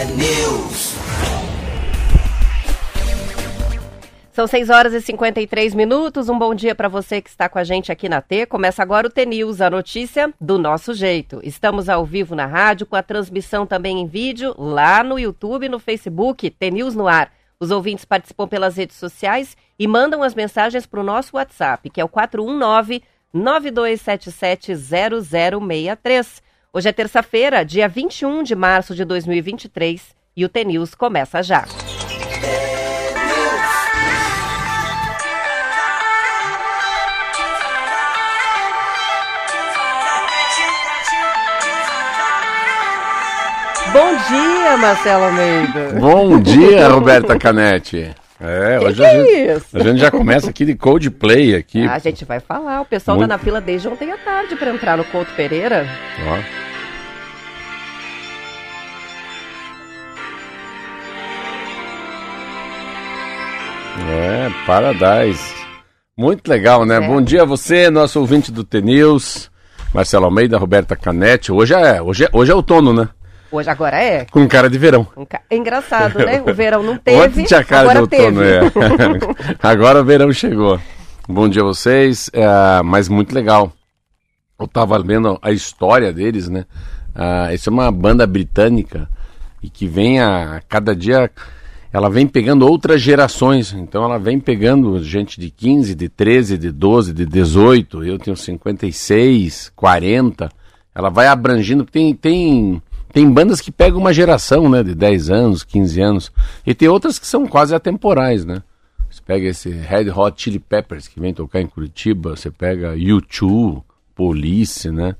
T-News. São 6h53. Um bom dia para você que está com a gente aqui na T. Começa agora o T-News, a notícia do nosso jeito. Estamos ao vivo na rádio, com a transmissão também em vídeo, lá no YouTube e no Facebook, T-News no ar. Os ouvintes participam pelas redes sociais e mandam as mensagens para o nosso WhatsApp, que é o 419-9277-0063. Hoje é terça-feira, dia 21 de março de 2023, e o T-News começa já. Bom dia, Marcelo Almeida. Bom dia, Roberta Canetti. Hoje é isso? A gente já começa aqui de Coldplay aqui. A gente vai falar, o pessoal tá na fila desde ontem à tarde para entrar no Couto Pereira. Ó. Paradise. Muito legal, né? Bom dia a você, nosso ouvinte do T-News, Marcelo Almeida, Roberta Canetti. Hoje é outono, né? Hoje agora é. Com cara de verão. É engraçado, né? O verão não teve, ontem tinha cara agora de outono, teve. Agora o verão chegou. Bom dia a vocês, mas muito legal. Eu tava vendo a história deles, né? Essa é uma banda britânica e que vem a cada dia, ela vem pegando outras gerações. Então ela vem pegando gente de 15, de 13, de 12, de 18. Eu tenho 56, 40. Ela vai abrangindo, tem bandas que pegam uma geração, né, de 10 anos, 15 anos, e tem outras que são quase atemporais, né? Você pega esse Red Hot Chili Peppers, que vem tocar em Curitiba, você pega U2, Police, né?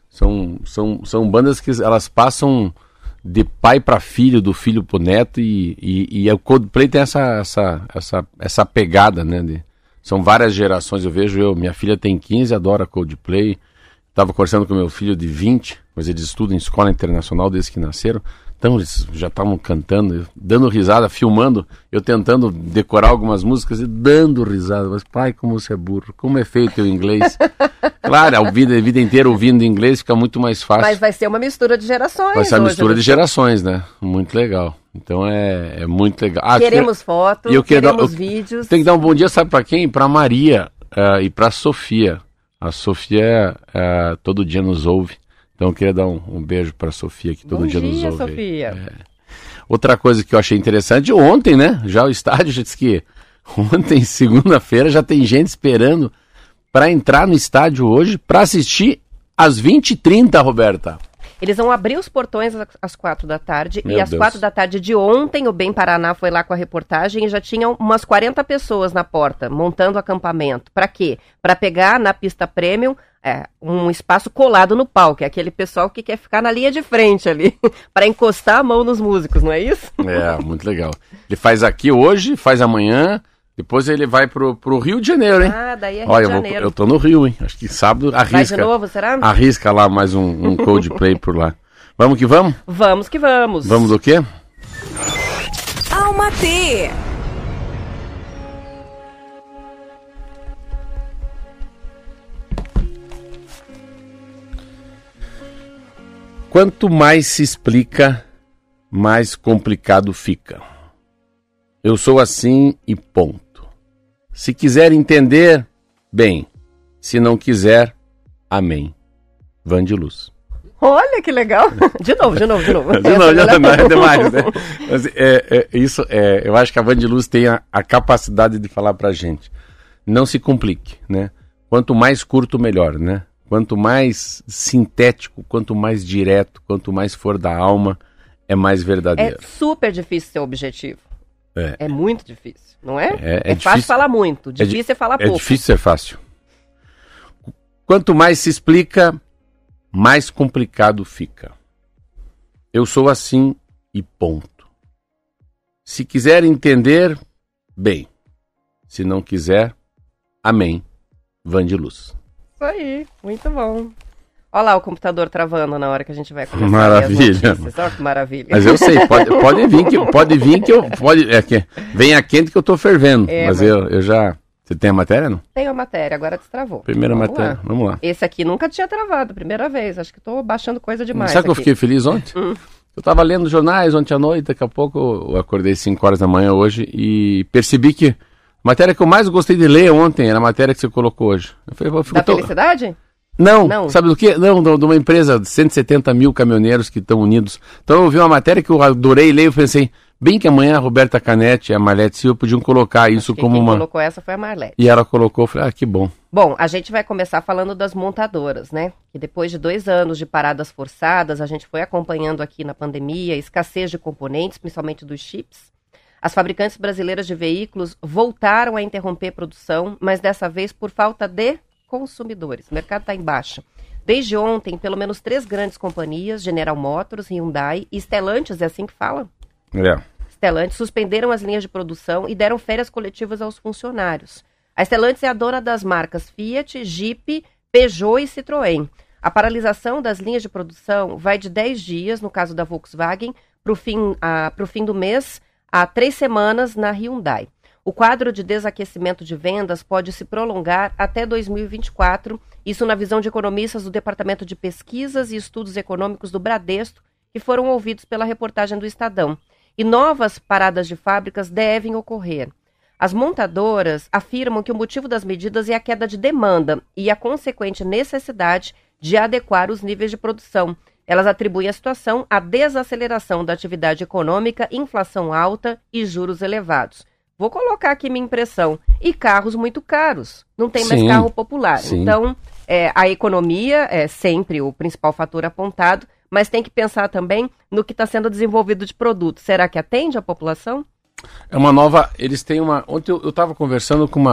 São bandas que elas passam de pai para filho, do filho pro neto, e o Coldplay tem essa pegada, né? São várias gerações, minha filha tem 15, adora Coldplay. Estava conversando com meu filho de 20, mas eles estudam em escola internacional desde que nasceram. Então eles já estavam cantando, dando risada, filmando, eu tentando decorar algumas músicas e dando risada. Mas pai, como você é burro, como é feito o inglês. Claro, a vida inteira ouvindo inglês fica muito mais fácil. Mas vai ser uma mistura de gerações. Vai ser uma mistura de gerações, né? Muito legal. Então é muito legal. Queremos fotos, queremos vídeos. Tem que dar um bom dia, sabe para quem? Para Maria e para Sofia. A Sofia todo dia nos ouve, então eu queria dar um beijo para a Sofia, que todo dia nos ouve. Bom dia, Sofia. Outra coisa que eu achei interessante, ontem, né, já o estádio já disse que ontem, segunda-feira, já tem gente esperando para entrar no estádio hoje para assistir às 20h30, Roberta. Eles vão abrir os portões às 4 da tarde, Meu e às Deus. 4 da tarde de ontem, o Bem Paraná foi lá com a reportagem e já tinham umas 40 pessoas na porta, montando acampamento. Para quê? Para pegar na pista premium um espaço colado no palco, é aquele pessoal que quer ficar na linha de frente ali, para encostar a mão nos músicos, não é isso? Muito legal. Ele faz aqui hoje, faz amanhã, depois ele vai pro Rio de Janeiro, hein? Daí é Rio de Janeiro. Eu tô no Rio, hein? Acho que sábado arrisca. Vai de novo, será? Arrisca lá mais um Coldplay por lá. Vamos que vamos? Vamos que vamos. Vamos do quê? Alma T. Quanto mais se explica, mais complicado fica. Eu sou assim e ponto. Se quiser entender, bem. Se não quiser, amém. Van de Luz. Olha que legal. De novo. Não, é demais, né? Mas, eu acho que a Van de Luz tem a capacidade de falar pra gente. Não se complique, né? Quanto mais curto, melhor, né? Quanto mais sintético, quanto mais direto, quanto mais for da alma, é mais verdadeiro. É super difícil ser objetivo. É muito difícil, não é? É difícil, fácil falar muito, difícil é falar pouco. É difícil ser fácil. Quanto mais se explica, mais complicado fica. Eu sou assim e ponto. Se quiser entender, bem. Se não quiser, amém. Van de Luz. Isso aí, muito bom. Olha lá o computador travando na hora que a gente vai começar. Maravilha. Olha que maravilha. Mas eu sei, pode vir que eu... venha quente que eu tô fervendo. Mas eu já... Você tem a matéria, não? Tenho a matéria, agora destravou. Primeira matéria, vamos lá. Esse aqui nunca tinha travado, primeira vez. Acho que tô baixando coisa demais. Sabe que eu fiquei feliz ontem? Eu estava lendo jornais ontem à noite, daqui a pouco eu acordei 5 horas da manhã hoje e percebi que a matéria que eu mais gostei de ler ontem era a matéria que você colocou hoje. Felicidade? Não, sabe do quê? Não, de uma empresa de 170 mil caminhoneiros que estão unidos. Então eu vi uma matéria que eu adorei ler e pensei, bem que amanhã a Roberta Canetti e a Marlete Silva podiam colocar isso como uma... Quem colocou essa foi a Marlete. E ela colocou, eu falei, que bom. Bom, a gente vai começar falando das montadoras, né? Que depois de 2 anos de paradas forçadas, a gente foi acompanhando aqui na pandemia, escassez de componentes, principalmente dos chips. As fabricantes brasileiras de veículos voltaram a interromper produção, mas dessa vez por falta de consumidores. O mercado está em baixa. Desde ontem, pelo menos 3 grandes companhias, General Motors, Hyundai e Stellantis, é assim que fala? Stellantis suspenderam as linhas de produção e deram férias coletivas aos funcionários. A Stellantis é a dona das marcas Fiat, Jeep, Peugeot e Citroën. A paralisação das linhas de produção vai de 10 dias, no caso da Volkswagen, para o fim do mês, a 3 semanas na Hyundai. O quadro de desaquecimento de vendas pode se prolongar até 2024, isso na visão de economistas do Departamento de Pesquisas e Estudos Econômicos do Bradesco, que foram ouvidos pela reportagem do Estadão. E novas paradas de fábricas devem ocorrer. As montadoras afirmam que o motivo das medidas é a queda de demanda e a consequente necessidade de adequar os níveis de produção. Elas atribuem a situação à desaceleração da atividade econômica, inflação alta e juros elevados. Vou colocar aqui minha impressão. E carros muito caros. Não tem mais carro popular. Sim. Então, a economia é sempre o principal fator apontado, mas tem que pensar também no que está sendo desenvolvido de produto. Será que atende a população? É uma nova... Eles têm uma... Ontem eu estava conversando com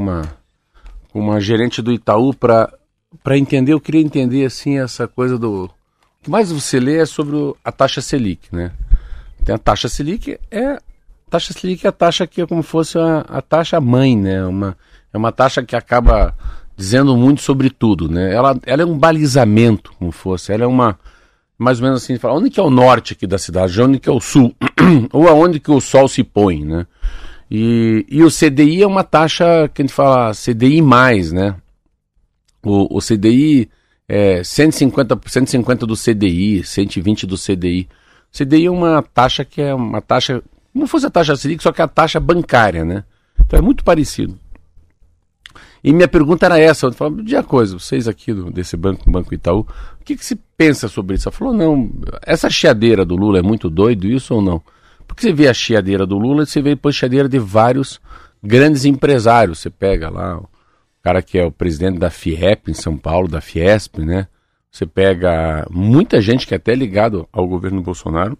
uma gerente do Itaú para entender, eu queria entender assim essa coisa do... O que mais você lê é sobre a taxa Selic, né? Tem a taxa Selic, a taxa Selic é a taxa que é como se fosse a taxa mãe, né? É uma taxa que acaba dizendo muito sobre tudo, né? Ela é um balizamento, como fosse. Ela é uma, mais ou menos assim, fala, onde que é o norte aqui da cidade, onde que é o sul, ou aonde que o sol se põe, né? E o CDI é uma taxa que a gente fala CDI+, né? O CDI é 150 do CDI, 120 do CDI. O CDI é uma taxa que é uma taxa... Como fosse a taxa Selic, só que a taxa bancária, né? Então é muito parecido. E minha pergunta era essa, eu falava, de a coisa, vocês aqui desse Banco Itaú, o que se pensa sobre isso? Ela falou, não, essa chiadeira do Lula é muito doido, isso ou não? Porque você vê a chiadeira do Lula, você vê depois a chiadeira de vários grandes empresários. Você pega lá o cara que é o presidente da FIEP em São Paulo, da Fiesp, né? Você pega muita gente que é até ligado ao governo Bolsonaro,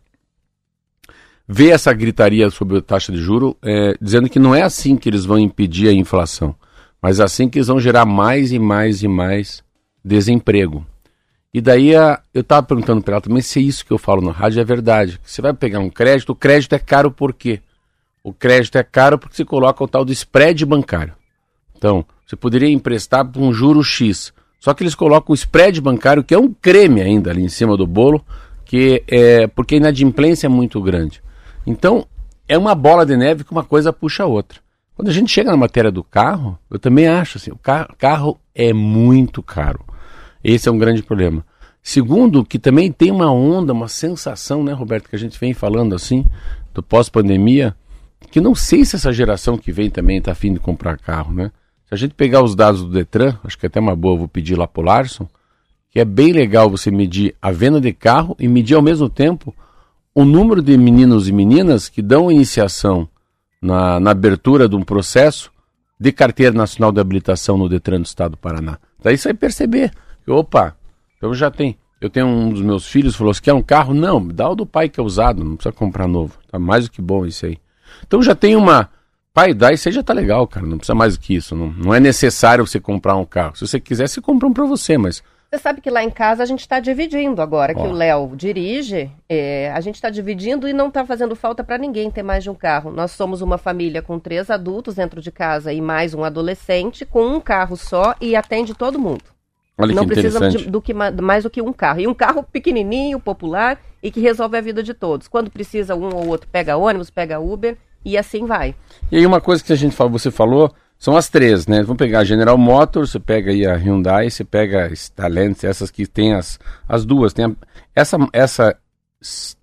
vê essa gritaria sobre a taxa de juros, dizendo que não é assim que eles vão impedir a inflação, mas assim que eles vão gerar mais e mais e mais desemprego. E daí eu estava perguntando para ela também se isso que eu falo na rádio é verdade. Você vai pegar um crédito, o crédito é caro por quê? O crédito é caro porque você coloca o tal do spread bancário. Então, você poderia emprestar por um juro X, só que eles colocam o spread bancário, que é um creme ainda ali em cima do bolo, porque a inadimplência é muito grande. Então, é uma bola de neve que uma coisa puxa a outra. Quando a gente chega na matéria do carro, eu também acho assim, o carro é muito caro. Esse é um grande problema. Segundo, que também tem uma onda, uma sensação, né, Roberto, que a gente vem falando assim, do pós-pandemia, que não sei se essa geração que vem também está afim de comprar carro, né? Se a gente pegar os dados do Detran, acho que é até uma boa, vou pedir lá pro Larson, que é bem legal você medir a venda de carro e medir ao mesmo tempo o número de meninos e meninas que dão iniciação na abertura de um processo de carteira nacional de habilitação no Detran do Estado do Paraná. Daí você vai perceber que, opa, então já tem. Eu tenho um dos meus filhos, falou, você quer um carro? Não, dá o do pai que é usado, não precisa comprar novo. Tá mais do que bom isso aí. Então já tem uma... Pai, dá isso aí já tá legal, cara, não precisa mais do que isso. Não é necessário você comprar um carro. Se você quiser, você compra um pra você, mas... Você sabe que lá em casa a gente está dividindo agora, que o Léo dirige, a gente está dividindo e não está fazendo falta para ninguém ter mais de um carro. Nós somos uma família com 3 adultos dentro de casa e mais um adolescente, com um carro só e atende todo mundo. Olha não que precisa mais do que um carro. E um carro pequenininho, popular e que resolve a vida de todos. Quando precisa, um ou outro pega ônibus, pega Uber e assim vai. E aí uma coisa que a gente você falou... São as 3, né? Vamos pegar a General Motors, você pega aí a Hyundai, você pega a Stellantis, essas que tem as duas. Tem essa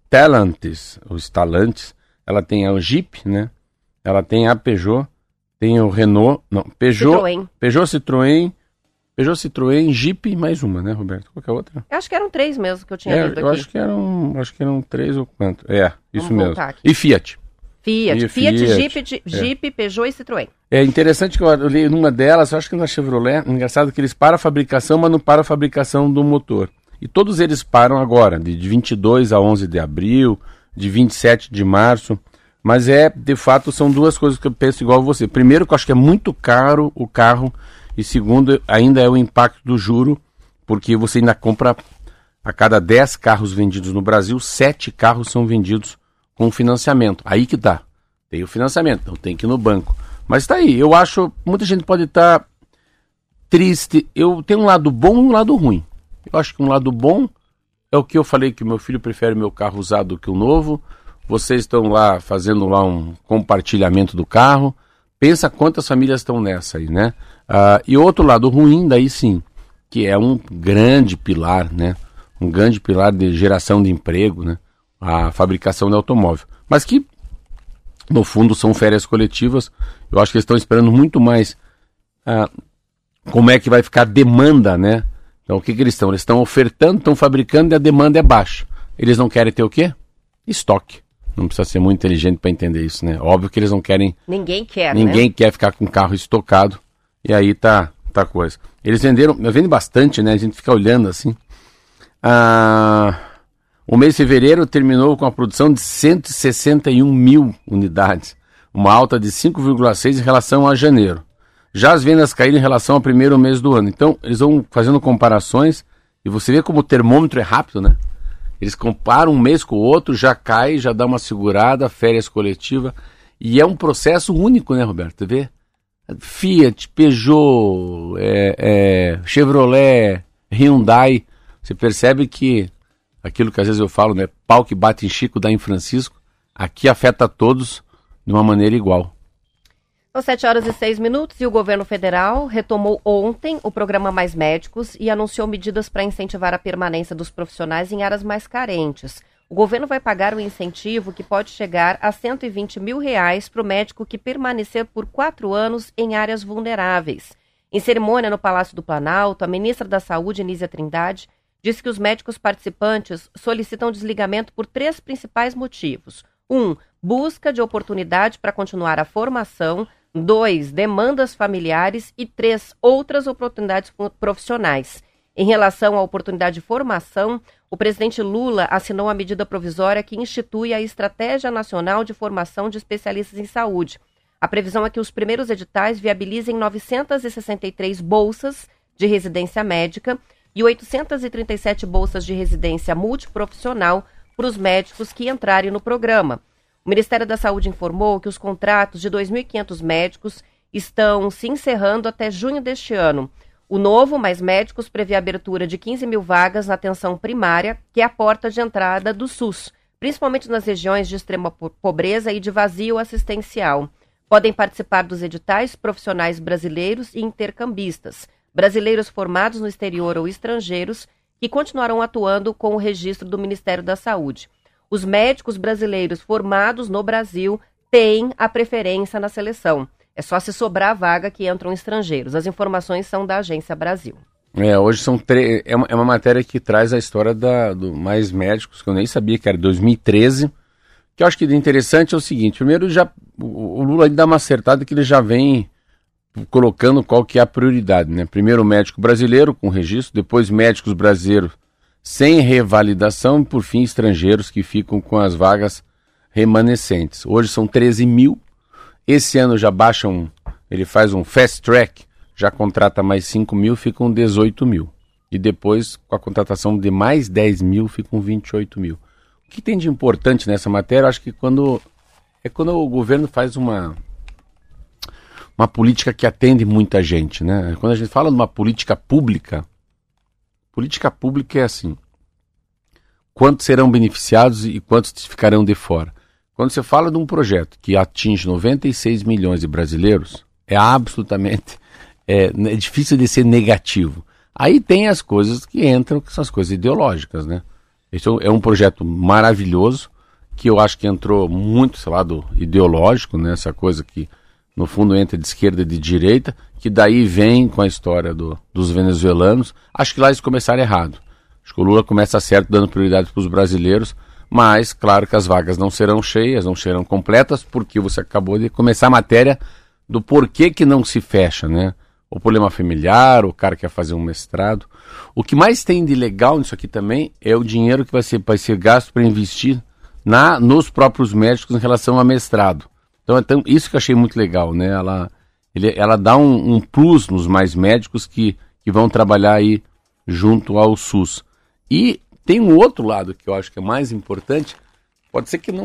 Stellantis, ela tem a Jeep, né? Ela tem a Peugeot, tem o Renault, não, Peugeot, Citroën, Jeep e mais uma, né, Roberto? Qual que é a outra? Eu acho que eram 3 mesmo que eu tinha lido aqui. Eu acho que eram 3 ou quanto. Isso Vamos mesmo. aqui. E Fiat, Jeep, Peugeot e Citroën. É interessante que eu li numa delas, eu acho que na Chevrolet, engraçado que eles param a fabricação, mas não param a fabricação do motor. E todos eles param agora, de 22 a 11 de abril, de 27 de março. Mas de fato, são duas coisas que eu penso igual a você. Primeiro, que eu acho que é muito caro o carro. E segundo, ainda é o impacto do juro, porque você ainda compra, a cada 10 carros vendidos no Brasil, 7 carros são vendidos com financiamento. Aí que tá. Tem o financiamento, então tem que ir no banco. Mas tá aí, eu acho, muita gente pode estar triste. Eu tenho um lado bom e um lado ruim. Eu acho que um lado bom é o que eu falei, que meu filho prefere meu carro usado do que o novo. Vocês estão lá fazendo lá um compartilhamento do carro. Pensa quantas famílias estão nessa aí, né? E outro lado ruim, daí sim, que é um grande pilar, né? Um grande pilar de geração de emprego, né? A fabricação de automóvel. Mas que, no fundo, são férias coletivas. Eu acho que eles estão esperando muito mais como é que vai ficar a demanda, né? Então, o que eles estão? Eles estão ofertando, estão fabricando e a demanda é baixa. Eles não querem ter o quê? Estoque. Não precisa ser muito inteligente para entender isso, né? Óbvio que eles não querem... Ninguém quer, quer ficar com o carro estocado. E aí tá a coisa. Eles vendem bastante, né? A gente fica olhando assim. O mês de fevereiro terminou com a produção de 161 mil unidades. Uma alta de 5,6% em relação a janeiro. Já as vendas caíram em relação ao primeiro mês do ano. Então, eles vão fazendo comparações e você vê como o termômetro é rápido, né? Eles comparam um mês com o outro, já cai, já dá uma segurada, férias coletiva. E é um processo único, né, Roberto? Vê? Fiat, Peugeot, Chevrolet, Hyundai. Você percebe que aquilo que às vezes eu falo, né? Pau que bate em Chico, dá em Francisco. Aqui afeta todos de uma maneira igual. São 7h06 e o governo federal retomou ontem o programa Mais Médicos e anunciou medidas para incentivar a permanência dos profissionais em áreas mais carentes. O governo vai pagar um incentivo que pode chegar a R$120 mil para o médico que permanecer por 4 anos em áreas vulneráveis. Em cerimônia no Palácio do Planalto, a ministra da Saúde, Nízia Trindade, disse que os médicos participantes solicitam desligamento por 3 principais motivos. 1. Busca de oportunidade para continuar a formação. 2. Demandas familiares. E 3. Outras oportunidades profissionais. Em relação à oportunidade de formação, o presidente Lula assinou a medida provisória que institui a Estratégia Nacional de Formação de Especialistas em Saúde. A previsão é que os primeiros editais viabilizem 963 bolsas de residência médica e 837 bolsas de residência multiprofissional para os médicos que entrarem no programa. O Ministério da Saúde informou que os contratos de 2.500 médicos estão se encerrando até junho deste ano. O novo Mais Médicos prevê a abertura de 15 mil vagas na atenção primária, que é a porta de entrada do SUS, principalmente nas regiões de extrema pobreza e de vazio assistencial. Podem participar dos editais profissionais brasileiros e intercambistas, brasileiros formados no exterior ou estrangeiros, que continuarão atuando com o registro do Ministério da Saúde. Os médicos brasileiros formados no Brasil têm a preferência na seleção. É só se sobrar a vaga que entram estrangeiros. As informações são da Agência Brasil. Hoje são é uma matéria que traz a história do Mais Médicos, que eu nem sabia que era 2013. Que eu acho que é interessante é o seguinte: primeiro, o Lula dá uma acertada que ele já vem colocando qual que é a prioridade, né? Primeiro, médico brasileiro com registro, depois médicos brasileiros sem revalidação e, por fim, estrangeiros que ficam com as vagas remanescentes. Hoje são 13 mil. Esse ano já ele faz um fast track, já contrata mais 5 mil, ficam 18 mil. E depois, com a contratação de mais 10 mil, ficam 28 mil. O que tem de importante nessa matéria, acho que quando o governo faz uma política que atende muita gente, né? Quando a gente fala de uma política pública é assim: quantos serão beneficiados e quantos ficarão de fora. Quando você fala de um projeto que atinge 96 milhões de brasileiros, é absolutamente é difícil de ser negativo. Aí tem as coisas que entram, que são as coisas ideológicas, né? Esse é um projeto maravilhoso, que eu acho que entrou muito, sei lá, do ideológico, né? Essa coisa que, no fundo, entra de esquerda e de direita, que daí vem com a história dos venezuelanos. Acho que lá eles começaram errado. Acho que o Lula começa certo, dando prioridade para os brasileiros, mas, claro que as vagas não serão cheias, não serão completas, porque você acabou de começar a matéria do porquê que não se fecha, né? O problema familiar, o cara quer fazer um mestrado. O que mais tem de legal nisso aqui também é o dinheiro que vai ser gasto para investir nos próprios médicos em relação a mestrado. Então, isso que eu achei muito legal, né? Ela dá um plus nos mais médicos que vão trabalhar aí junto ao SUS. E tem um outro lado que eu acho que é mais importante. Pode ser que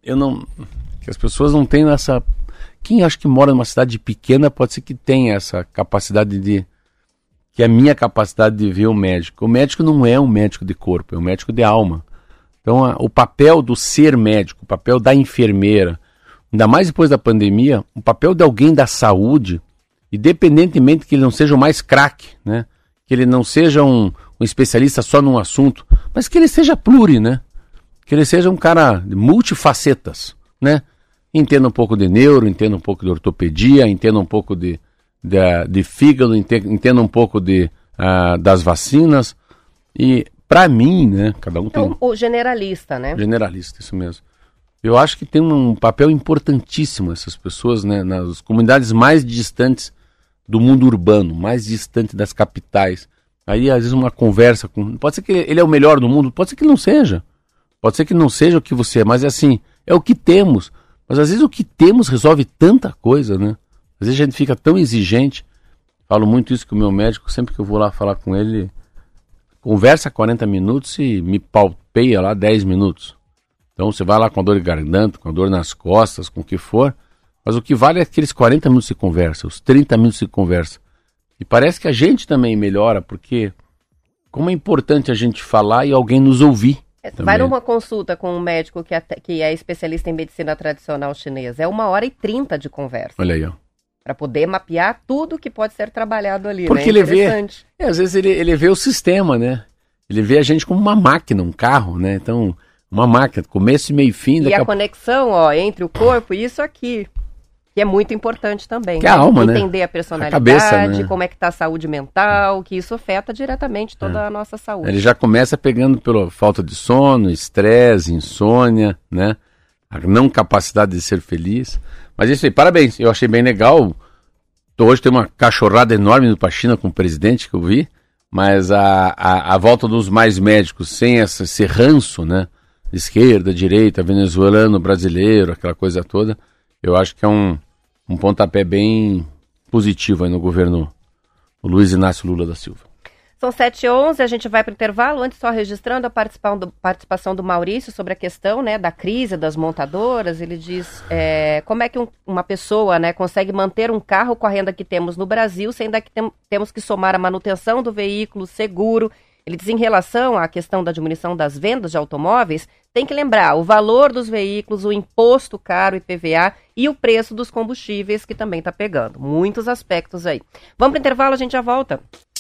que as pessoas não tenham essa... Quem acha que mora numa cidade pequena pode ser que tenha essa capacidade que é a minha capacidade de ver o médico. O médico não é um médico de corpo, é um médico de alma. Então, o papel do ser médico, o papel da enfermeira, ainda mais depois da pandemia, o papel de alguém da saúde, independentemente que ele não seja o mais craque, né? Que ele não seja um especialista só num assunto, mas que ele seja né? Que ele seja um cara de multifacetas, né? Entenda um pouco de neuro, entenda um pouco de ortopedia, entenda um pouco de fígado, entenda um pouco das vacinas. E, para mim, né, cada um tem... O generalista, né? Generalista, isso mesmo. Eu acho que tem um papel importantíssimo essas pessoas, né, nas comunidades mais distantes do mundo urbano, mais distante das capitais. Aí, às vezes, uma conversa com... Pode ser que ele é o melhor do mundo, pode ser que não seja. Pode ser que não seja o que você é, mas é assim, é o que temos. Mas, às vezes, o que temos resolve tanta coisa, né? Às vezes a gente fica tão exigente. Falo muito isso com o meu médico, sempre que eu vou lá falar com ele, conversa 40 minutos e me palpeia lá 10 minutos. Então você vai lá com a dor de garganta, com a dor nas costas, com o que for, mas o que vale é aqueles 40 minutos de conversa, os 30 minutos de conversa. E parece que a gente também melhora, porque como é importante a gente falar e alguém nos ouvir. Vai numa consulta com um médico que é especialista em medicina tradicional chinesa, é 1h30 de conversa. Olha aí, ó. Para poder mapear tudo que pode ser trabalhado ali, porque né? Ele vê, às vezes ele vê o sistema, né? Ele vê a gente como uma máquina, um carro, né? Então, uma máquina, começo, meio e fim. E a conexão, ó, entre o corpo e isso aqui, que é muito importante também. Que é a alma, entender, né? Entender a personalidade, a cabeça, né? Como é que tá a saúde mental, que isso afeta diretamente toda a nossa saúde. Ele já começa pegando pela falta de sono, estresse, insônia, né? A não capacidade de ser feliz. Mas isso aí, parabéns, eu achei bem legal. Hoje tem uma cachorrada enorme no China com o presidente que eu vi, mas a volta dos mais médicos sem esse ranço, né? Esquerda, direita, venezuelano, brasileiro, aquela coisa toda, eu acho que é um pontapé bem positivo aí no governo Luiz Inácio Lula da Silva. São 7h11, a gente vai para o intervalo, antes só registrando a participação do Maurício sobre a questão, né, da crise das montadoras. Ele diz como é que uma pessoa, né, consegue manter um carro com a renda que temos no Brasil, sem ainda que temos que somar a manutenção do veículo, seguro. Ele diz em relação à questão da diminuição das vendas de automóveis, tem que lembrar o valor dos veículos, o imposto caro, IPVA e o preço dos combustíveis que também está pegando. Muitos aspectos aí. Vamos para o intervalo, a gente já volta.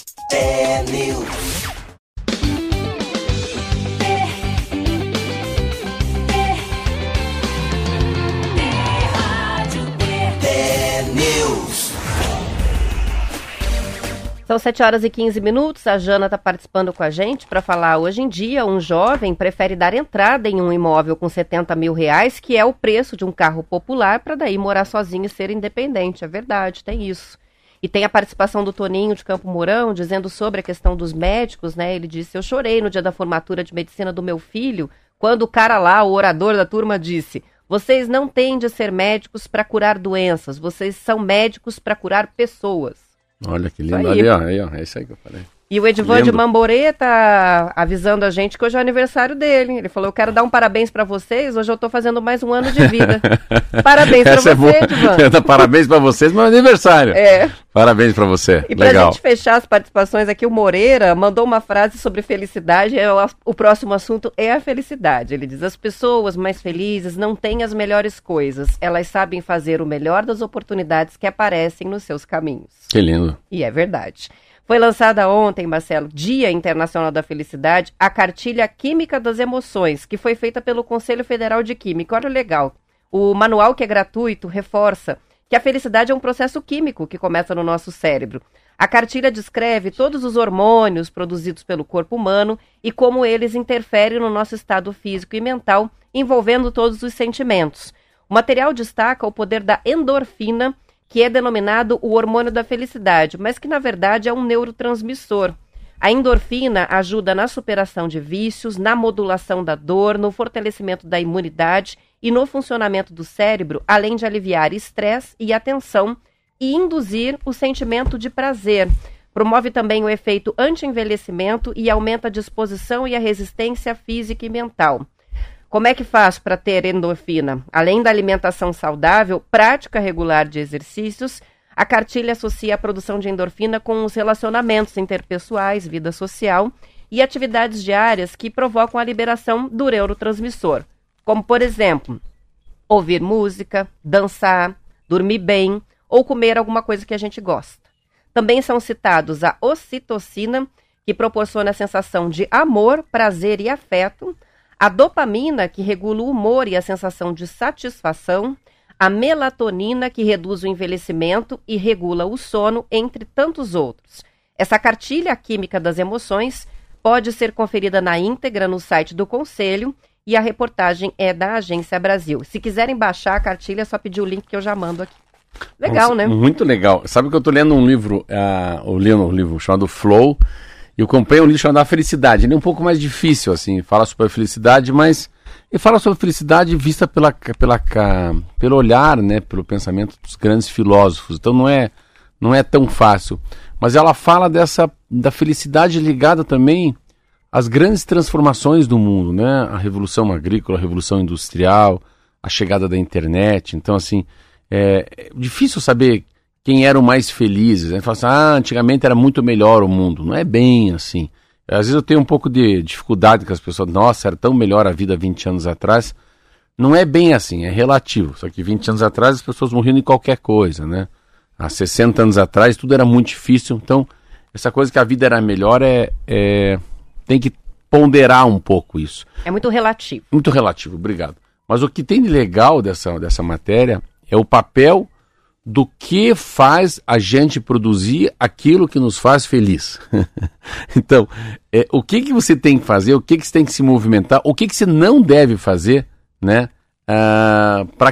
São 7h15, a Jana está participando com a gente para falar. Hoje em dia, um jovem prefere dar entrada em um imóvel com R$70 mil, que é o preço de um carro popular, para daí morar sozinho e ser independente. É verdade, tem isso. E tem a participação do Toninho de Campo Mourão, dizendo sobre a questão dos médicos, né? Ele disse, eu chorei no dia da formatura de medicina do meu filho, quando o cara lá, o orador da turma, disse, vocês não têm de ser médicos para curar doenças, vocês são médicos para curar pessoas. Olha que lindo, ali, ó, é isso aí que eu falei. E o Edivan de Mamborê tá avisando a gente que hoje é o aniversário dele. Ele falou, eu quero dar um parabéns pra vocês, hoje eu tô fazendo mais um ano de vida. Parabéns pra você, Edivan. Parabéns pra vocês, meu aniversário. Parabéns pra você, e pra gente fechar as participações aqui, o Moreira mandou uma frase sobre felicidade, o próximo assunto é a felicidade. Ele diz, as pessoas mais felizes não têm as melhores coisas, elas sabem fazer o melhor das oportunidades que aparecem nos seus caminhos. Que lindo. E é verdade. Foi lançada ontem, Marcelo, Dia Internacional da Felicidade, a Cartilha Química das Emoções, que foi feita pelo Conselho Federal de Química. Olha, legal. O manual, que é gratuito, reforça que a felicidade é um processo químico que começa no nosso cérebro. A cartilha descreve todos os hormônios produzidos pelo corpo humano e como eles interferem no nosso estado físico e mental, envolvendo todos os sentimentos. O material destaca o poder da endorfina, que é denominado o hormônio da felicidade, mas que na verdade é um neurotransmissor. A endorfina ajuda na superação de vícios, na modulação da dor, no fortalecimento da imunidade e no funcionamento do cérebro, além de aliviar estresse e a tensão e induzir o sentimento de prazer. Promove também o efeito anti-envelhecimento e aumenta a disposição e a resistência física e mental. Como é que faz para ter endorfina? Além da alimentação saudável, prática regular de exercícios, a cartilha associa a produção de endorfina com os relacionamentos interpessoais, vida social e atividades diárias que provocam a liberação do neurotransmissor, como, por exemplo, ouvir música, dançar, dormir bem ou comer alguma coisa que a gente gosta. Também são citados a ocitocina, que proporciona a sensação de amor, prazer e afeto, a dopamina, que regula o humor e a sensação de satisfação, a melatonina, que reduz o envelhecimento e regula o sono, entre tantos outros. Essa cartilha química das emoções pode ser conferida na íntegra no site do Conselho e a reportagem é da Agência Brasil. Se quiserem baixar a cartilha, é só pedir o link que eu já mando aqui. Legal, né? Muito legal. Sabe que eu estou lendo um livro, eu li um livro chamado Flow, e eu comprei um livro chamado A Felicidade. Ele é um pouco mais difícil, assim, fala sobre a felicidade, mas ele fala sobre a felicidade vista pelo olhar, né, pelo pensamento dos grandes filósofos. Então não é tão fácil. Mas ela fala da felicidade ligada também às grandes transformações do mundo, né? A revolução agrícola, a revolução industrial, a chegada da internet. Então, assim, é difícil saber quem eram mais felizes, né? Fala assim, antigamente era muito melhor o mundo. Não é bem assim. Às vezes eu tenho um pouco de dificuldade com as pessoas. Nossa, era tão melhor a vida 20 anos atrás. Não é bem assim, é relativo. Só que 20 anos atrás as pessoas morriam de qualquer coisa, né? Há 60 anos atrás tudo era muito difícil. Então, essa coisa que a vida era melhor tem que ponderar um pouco isso. É muito relativo. Muito relativo, obrigado. Mas o que tem de legal dessa matéria é o papel do que faz a gente produzir aquilo que nos faz feliz. Então, o que você tem que fazer, o que você tem que se movimentar, o que você não deve fazer, né, para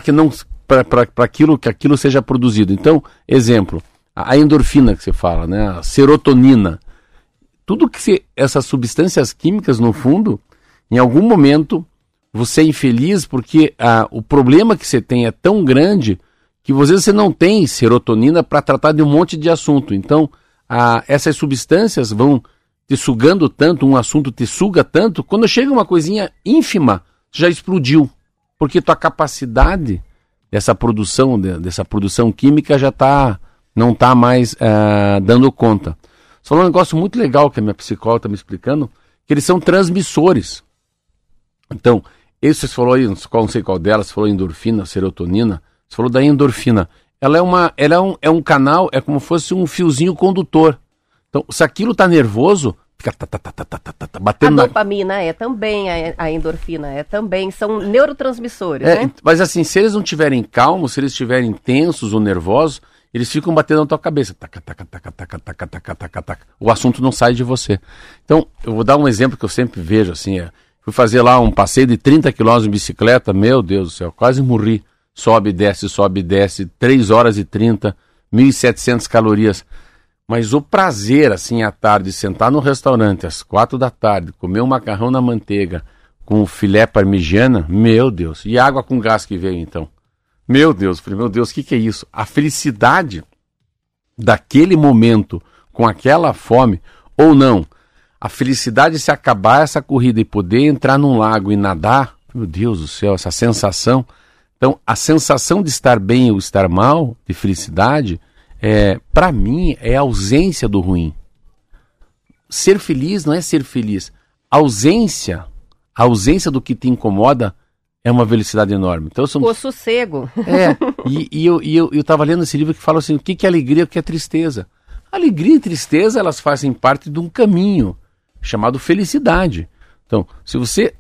que aquilo seja produzido. Então, exemplo, a endorfina que você fala, né, a serotonina, tudo essas substâncias químicas, no fundo, em algum momento, você é infeliz porque o problema que você tem é tão grande que às vezes você não tem serotonina para tratar de um monte de assunto. Então, essas substâncias vão te sugando tanto, um assunto te suga tanto, quando chega uma coisinha ínfima, já explodiu. Porque tua capacidade dessa produção química já não está mais dando conta. Você falou um negócio muito legal que a minha psicóloga está me explicando, que eles são transmissores. Então, esse você falou aí, não sei qual delas, você falou endorfina, serotonina, você falou da endorfina. Ela é um canal, é como se fosse um fiozinho condutor. Então, se aquilo está nervoso, fica batendo. A dopamina também, a endorfina também, são neurotransmissores, né? Mas assim, se eles não estiverem calmos, se eles estiverem tensos ou nervosos, eles ficam batendo na tua cabeça. O assunto não sai de você. Então, eu vou dar um exemplo que eu sempre vejo, assim, fui fazer lá um passeio de 30 km de bicicleta, meu Deus do céu, quase morri. Sobe, desce, 3 horas e 30, 1.700 calorias. Mas o prazer, assim, à tarde, sentar no restaurante às 4 da tarde, comer um macarrão na manteiga com o filé parmigiana, meu Deus. E água com gás que veio, então. Meu Deus, o que é isso? A felicidade daquele momento, com aquela fome, ou não, a felicidade de se acabar essa corrida e poder entrar num lago e nadar, meu Deus do céu, essa sensação. Então, a sensação de estar bem ou estar mal, de felicidade, para mim, é a ausência do ruim. Ser feliz não é ser feliz. A ausência do que te incomoda é uma felicidade enorme. Então, o sossego. E eu estava lendo esse livro que fala assim, o que é alegria e o que é tristeza. Alegria e tristeza, elas fazem parte de um caminho chamado felicidade. Então, se você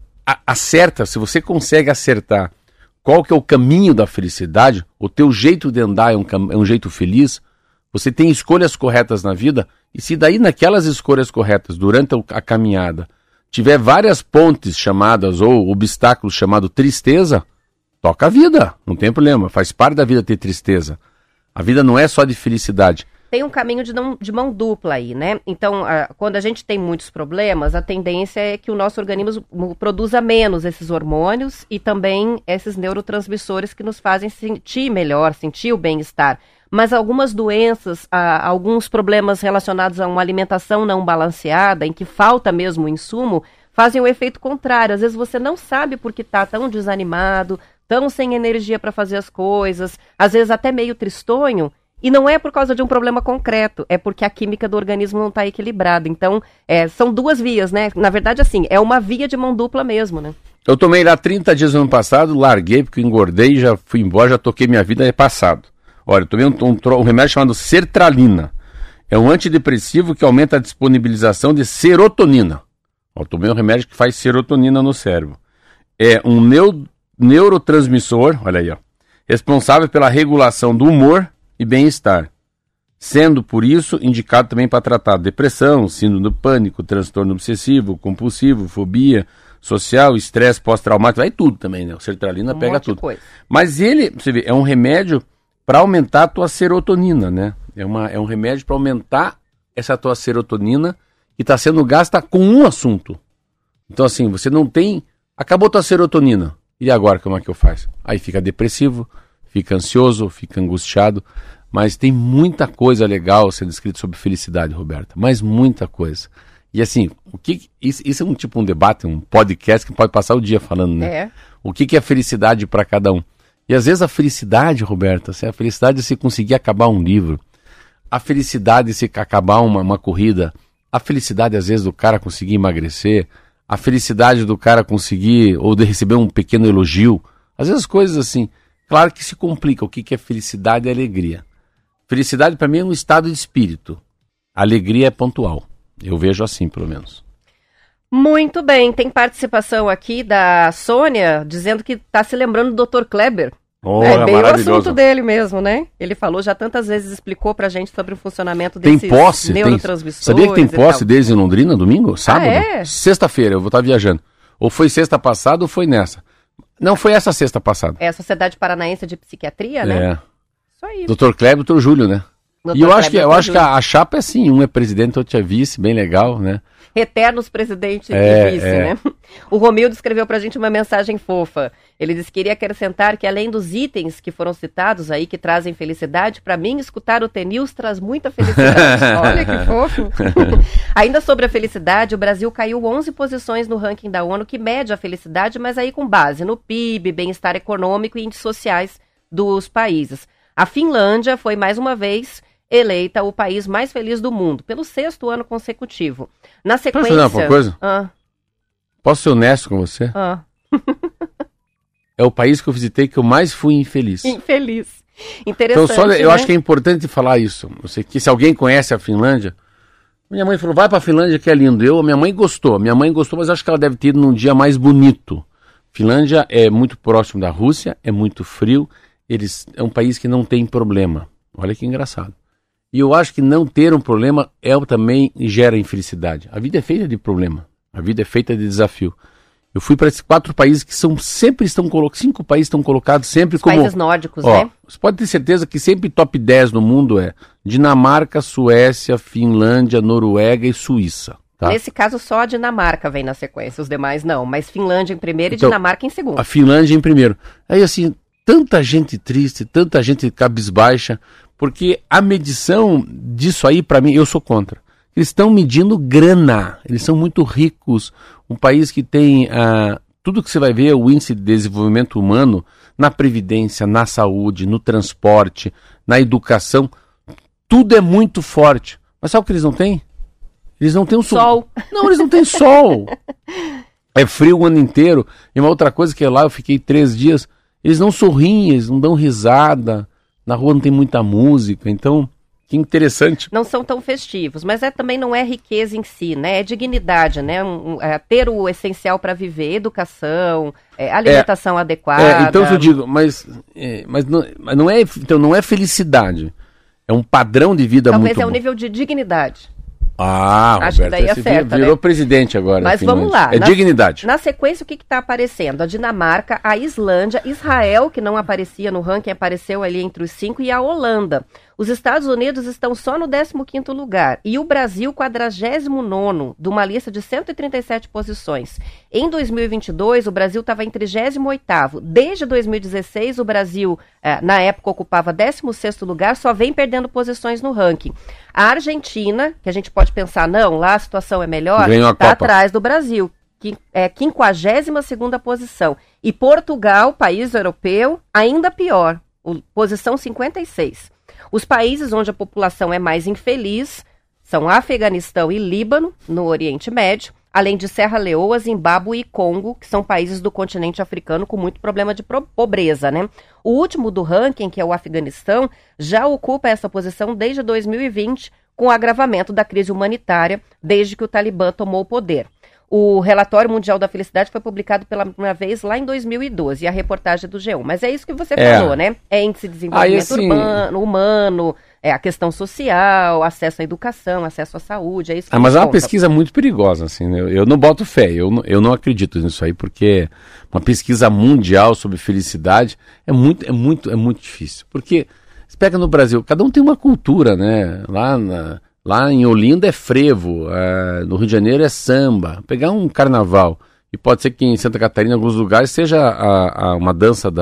acerta, se você consegue acertar qual que é o caminho da felicidade, o teu jeito de andar é um jeito feliz, você tem escolhas corretas na vida, e se daí naquelas escolhas corretas, durante a caminhada, tiver várias pontes chamadas, ou obstáculos chamados tristeza, toca a vida, não tem problema, faz parte da vida ter tristeza. A vida não é só de felicidade. Tem um caminho de mão dupla aí, né? Então, quando a gente tem muitos problemas, a tendência é que o nosso organismo produza menos esses hormônios e também esses neurotransmissores que nos fazem sentir melhor, sentir o bem-estar. Mas algumas doenças, alguns problemas relacionados a uma alimentação não balanceada, em que falta mesmo o insumo, fazem o efeito contrário. Às vezes você não sabe por que está tão desanimado, tão sem energia para fazer as coisas, às vezes até meio tristonho, e não é por causa de um problema concreto, é porque a química do organismo não está equilibrada. Então, são duas vias, né? Na verdade, assim, é uma via de mão dupla mesmo, né? Eu tomei lá 30 dias no ano passado, larguei porque eu engordei, já fui embora, já toquei minha vida, é passado. Olha, eu tomei um remédio chamado sertralina. É um antidepressivo que aumenta a disponibilização de serotonina. Eu tomei um remédio que faz serotonina no cérebro. É um neurotransmissor, olha aí, ó, responsável pela regulação do humor e bem-estar, sendo por isso indicado também para tratar depressão, síndrome do pânico, transtorno obsessivo, compulsivo, fobia social, estresse pós-traumático, vai tudo também, né? O sertralina pega tudo. Mas ele, você vê, é um remédio para aumentar a tua serotonina, né? É um remédio para aumentar essa tua serotonina que está sendo gasta com um assunto. Então assim, você não tem, acabou tua serotonina, e agora como é que eu faço? Aí fica depressivo, fica ansioso, fica angustiado, mas tem muita coisa legal sendo escrito sobre felicidade, Roberta, mas muita coisa. E assim, isso é um debate, um podcast que pode passar o dia falando, né? O que é felicidade para cada um? E às vezes a felicidade, Roberta, a felicidade é você conseguir acabar um livro, a felicidade é você acabar uma corrida, a felicidade às vezes do cara conseguir emagrecer, a felicidade do cara conseguir, ou de receber um pequeno elogio, às vezes coisas assim. Claro que se complica o que é felicidade e alegria. Felicidade para mim é um estado de espírito. Alegria é pontual. Eu vejo assim, pelo menos. Muito bem. Tem participação aqui da Sônia, dizendo que está se lembrando do Dr. Kleber. É bem o assunto dele mesmo, né? Ele falou, já tantas vezes explicou pra gente sobre o funcionamento desses neurotransmissores. Sabia que tem posse deles em Londrina, domingo? Sábado? Sexta-feira, eu vou estar viajando. Ou foi sexta passada ou foi nessa. Não, foi essa sexta passada. É a Sociedade Paranaense de Psiquiatria, né? Isso aí. Dr. Kleber e Dr. Júlio, né? E eu acho que a chapa é assim, um é presidente, outro é vice, bem legal, né? Eternos presidente e vice, né? O Romildo escreveu pra gente uma mensagem fofa. Ele disse que queria acrescentar que além dos itens que foram citados aí, que trazem felicidade, pra mim escutar o T-News traz muita felicidade. Olha que fofo. Ainda sobre a felicidade, o Brasil caiu 11 posições no ranking da ONU que mede a felicidade, mas aí com base no PIB, bem-estar econômico e índices sociais dos países. A Finlândia foi mais uma vez eleita o país mais feliz do mundo, pelo 6º ano consecutivo. Na sequência... Posso fazer uma coisa? Posso ser honesto com você? É o país que eu visitei que eu mais fui infeliz. Infeliz. Interessante, então, eu acho que é importante falar isso. Eu sei que se alguém conhece a Finlândia... Minha mãe falou, vai pra Finlândia que é lindo. Minha mãe gostou, mas acho que ela deve ter ido num dia mais bonito. Finlândia é muito próximo da Rússia, é muito frio, é um país que não tem problema. Olha que engraçado. E eu acho que não ter um problema também gera infelicidade. A vida é feita de problema. A vida é feita de desafio. Eu fui para esses 4 países que sempre estão colocados, 5 países estão colocados sempre como... países nórdicos, né? Você pode ter certeza que sempre top 10 no mundo é Dinamarca, Suécia, Finlândia, Noruega e Suíça. Tá? Nesse caso só a Dinamarca vem na sequência, os demais não. Mas Finlândia em primeiro e Dinamarca em segundo. A Finlândia em primeiro. Aí assim, tanta gente triste, tanta gente cabisbaixa... Porque a medição disso aí, para mim, eu sou contra. Eles estão medindo grana, eles são muito ricos. Um país que tem tudo que você vai ver, o índice de desenvolvimento humano, na previdência, na saúde, no transporte, na educação, tudo é muito forte. Mas sabe o que eles não têm? Eles não têm um sol. Não, eles não têm sol. É frio o ano inteiro. E uma outra coisa que lá eu fiquei 3 dias, eles não sorriem, eles não dão risada. Na rua não tem muita música, então Que interessante. Não são tão festivos, mas também não é riqueza em si, né? É dignidade, né? Ter o essencial para viver, educação, alimentação adequada. Então eu digo, mas não é felicidade. É um padrão de vida Talvez muito um nível de dignidade. Acho Roberto, que daí acerta, virou né? presidente agora. Mas vamos lá. Dignidade. Na sequência, o que está aparecendo? A Dinamarca, a Islândia, Israel, que não aparecia no ranking, apareceu ali entre os 5, e a Holanda. Os Estados Unidos estão só no 15º lugar. E o Brasil, 49º, de uma lista de 137 posições. Em 2022, o Brasil estava em 38º. Desde 2016, o Brasil, na época, ocupava 16º lugar, só vem perdendo posições no ranking. A Argentina, que a gente pode pensar, não, lá a situação é melhor, está atrás do Brasil, que é 52ª posição. E Portugal, país europeu, ainda pior, posição 56. Os países onde a população é mais infeliz são Afeganistão e Líbano, no Oriente Médio, além de Serra Leoa, Zimbábue e Congo, que são países do continente africano com muito problema de pobreza, né? O último do ranking, que é o Afeganistão, já ocupa essa posição desde 2020, com o agravamento da crise humanitária, desde que o Talibã tomou o poder. O Relatório Mundial da Felicidade foi publicado pela primeira vez lá em 2012, e a reportagem é do G1. Mas é isso que você falou, né? É índice de desenvolvimento humano, a questão social, acesso à educação, acesso à saúde, é isso que mas é uma pesquisa muito perigosa, assim, né? Eu não boto fé, eu não acredito nisso aí, porque uma pesquisa mundial sobre felicidade é muito difícil. Porque, você pega no Brasil, cada um tem uma cultura, né? Lá em Olinda é frevo, no Rio de Janeiro é samba. Pegar um carnaval, e pode ser que em Santa Catarina, em alguns lugares, seja uma dança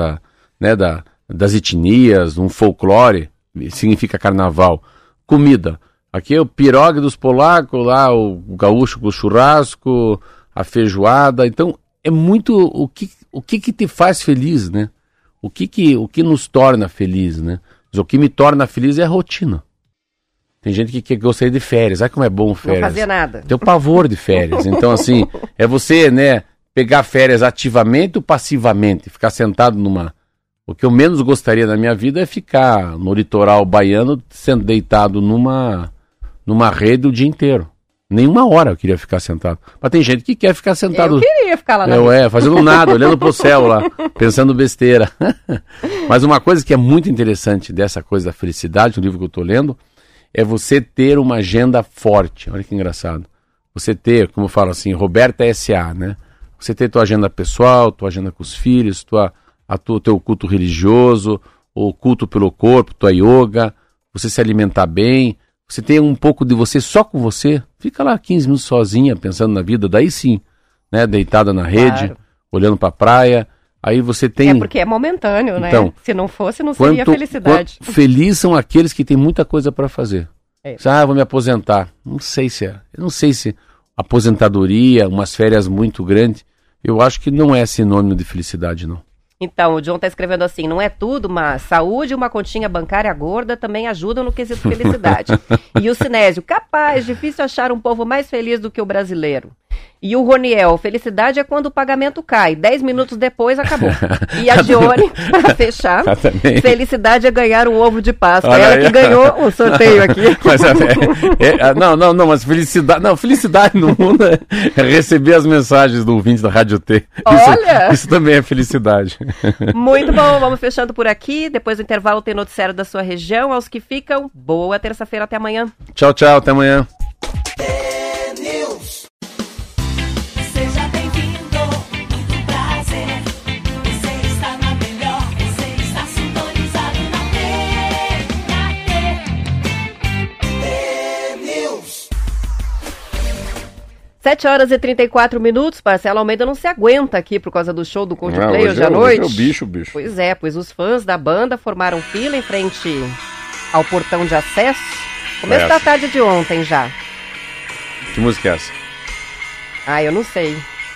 das etnias, um folclore, significa carnaval. Comida, aqui é o pirogue dos polacos, lá o gaúcho com o churrasco, a feijoada. Então, é muito o que te faz feliz, né? O que nos torna feliz, né? Mas o que me torna feliz é a rotina. Tem gente que gostaria de férias. Como é bom férias. Não fazer nada. Tem o pavor de férias. Então, assim, é você, né, pegar férias ativamente ou passivamente. Ficar sentado O que eu menos gostaria na minha vida é ficar no litoral baiano, sendo deitado numa rede o dia inteiro. Nenhuma hora eu queria ficar sentado. Mas tem gente que quer ficar sentado. Eu queria ficar lá na fazendo nada, olhando pro céu lá, pensando besteira. Mas uma coisa que é muito interessante dessa coisa da felicidade, no livro que eu estou lendo, é você ter uma agenda forte. Olha que engraçado. Você ter, como eu falo assim, Roberta S.A., né? Você ter tua agenda pessoal, tua agenda com os filhos, teu culto religioso, o culto pelo corpo, tua yoga, você se alimentar bem, você ter um pouco de você só com você, fica lá 15 minutos sozinha, pensando na vida, daí sim, né? Deitada na rede, olhando pra praia, aí você tem... É porque é momentâneo, né? Então, se não fosse, não seria felicidade. Feliz são aqueles que têm muita coisa para fazer. Vou me aposentar. Não sei se aposentadoria, umas férias muito grandes, eu acho que não é sinônimo de felicidade, não. Então, o John está escrevendo assim, não é tudo, mas saúde e uma continha bancária gorda também ajudam no quesito felicidade. E o Sinésio, capaz, difícil achar um povo mais feliz do que o brasileiro. E o Roniel, felicidade é quando o pagamento cai, 10 minutos depois acabou. E a Dione, para fechar, felicidade é ganhar um ovo de Páscoa. Olha, ela que ganhou o sorteio aqui. Mas, mas felicidade no mundo é receber as mensagens do ouvinte da Rádio T. Isso também é felicidade. Muito bom, vamos fechando por aqui. Depois do intervalo tem noticiário da sua região. Aos que ficam, boa terça-feira, até amanhã. Tchau, até amanhã. Sete horas e 34 minutos, Marcelo Almeida não se aguenta aqui por causa do show do Coldplay hoje à noite. Hoje é o bicho. Pois os fãs da banda formaram fila em frente ao portão de acesso. Começo da tarde de ontem já. Que música é essa? Eu não sei.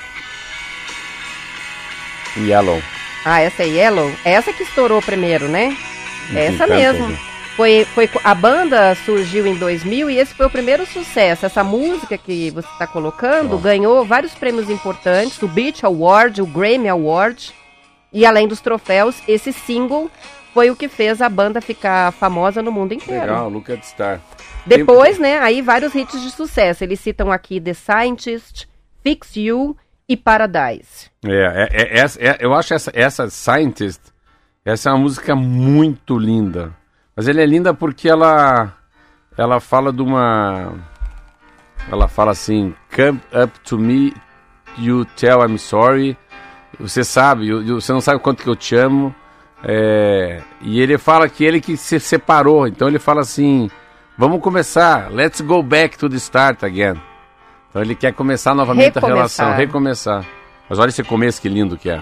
Yellow. Essa é Yellow? Essa que estourou primeiro, né? Essa mesmo. A banda surgiu em 2000 e esse foi o primeiro sucesso. Essa música que você está colocando ganhou vários prêmios importantes, o Beat Award, o Grammy Award, e além dos troféus, esse single foi o que fez a banda ficar famosa no mundo inteiro. Legal, Look at Star. Depois, né, aí vários hits de sucesso. Eles citam aqui The Scientist, Fix You e Paradise. Eu acho essa Scientist, essa é uma música muito linda. Mas ela é linda porque ela fala de uma... Ela fala assim, come up to me, you tell I'm sorry. Você sabe, você não sabe o quanto que eu te amo. E ele fala que ele que se separou. Então ele fala assim, vamos começar, let's go back to the start again. Então ele quer começar novamente a relação, recomeçar. Mas olha esse começo que lindo que é.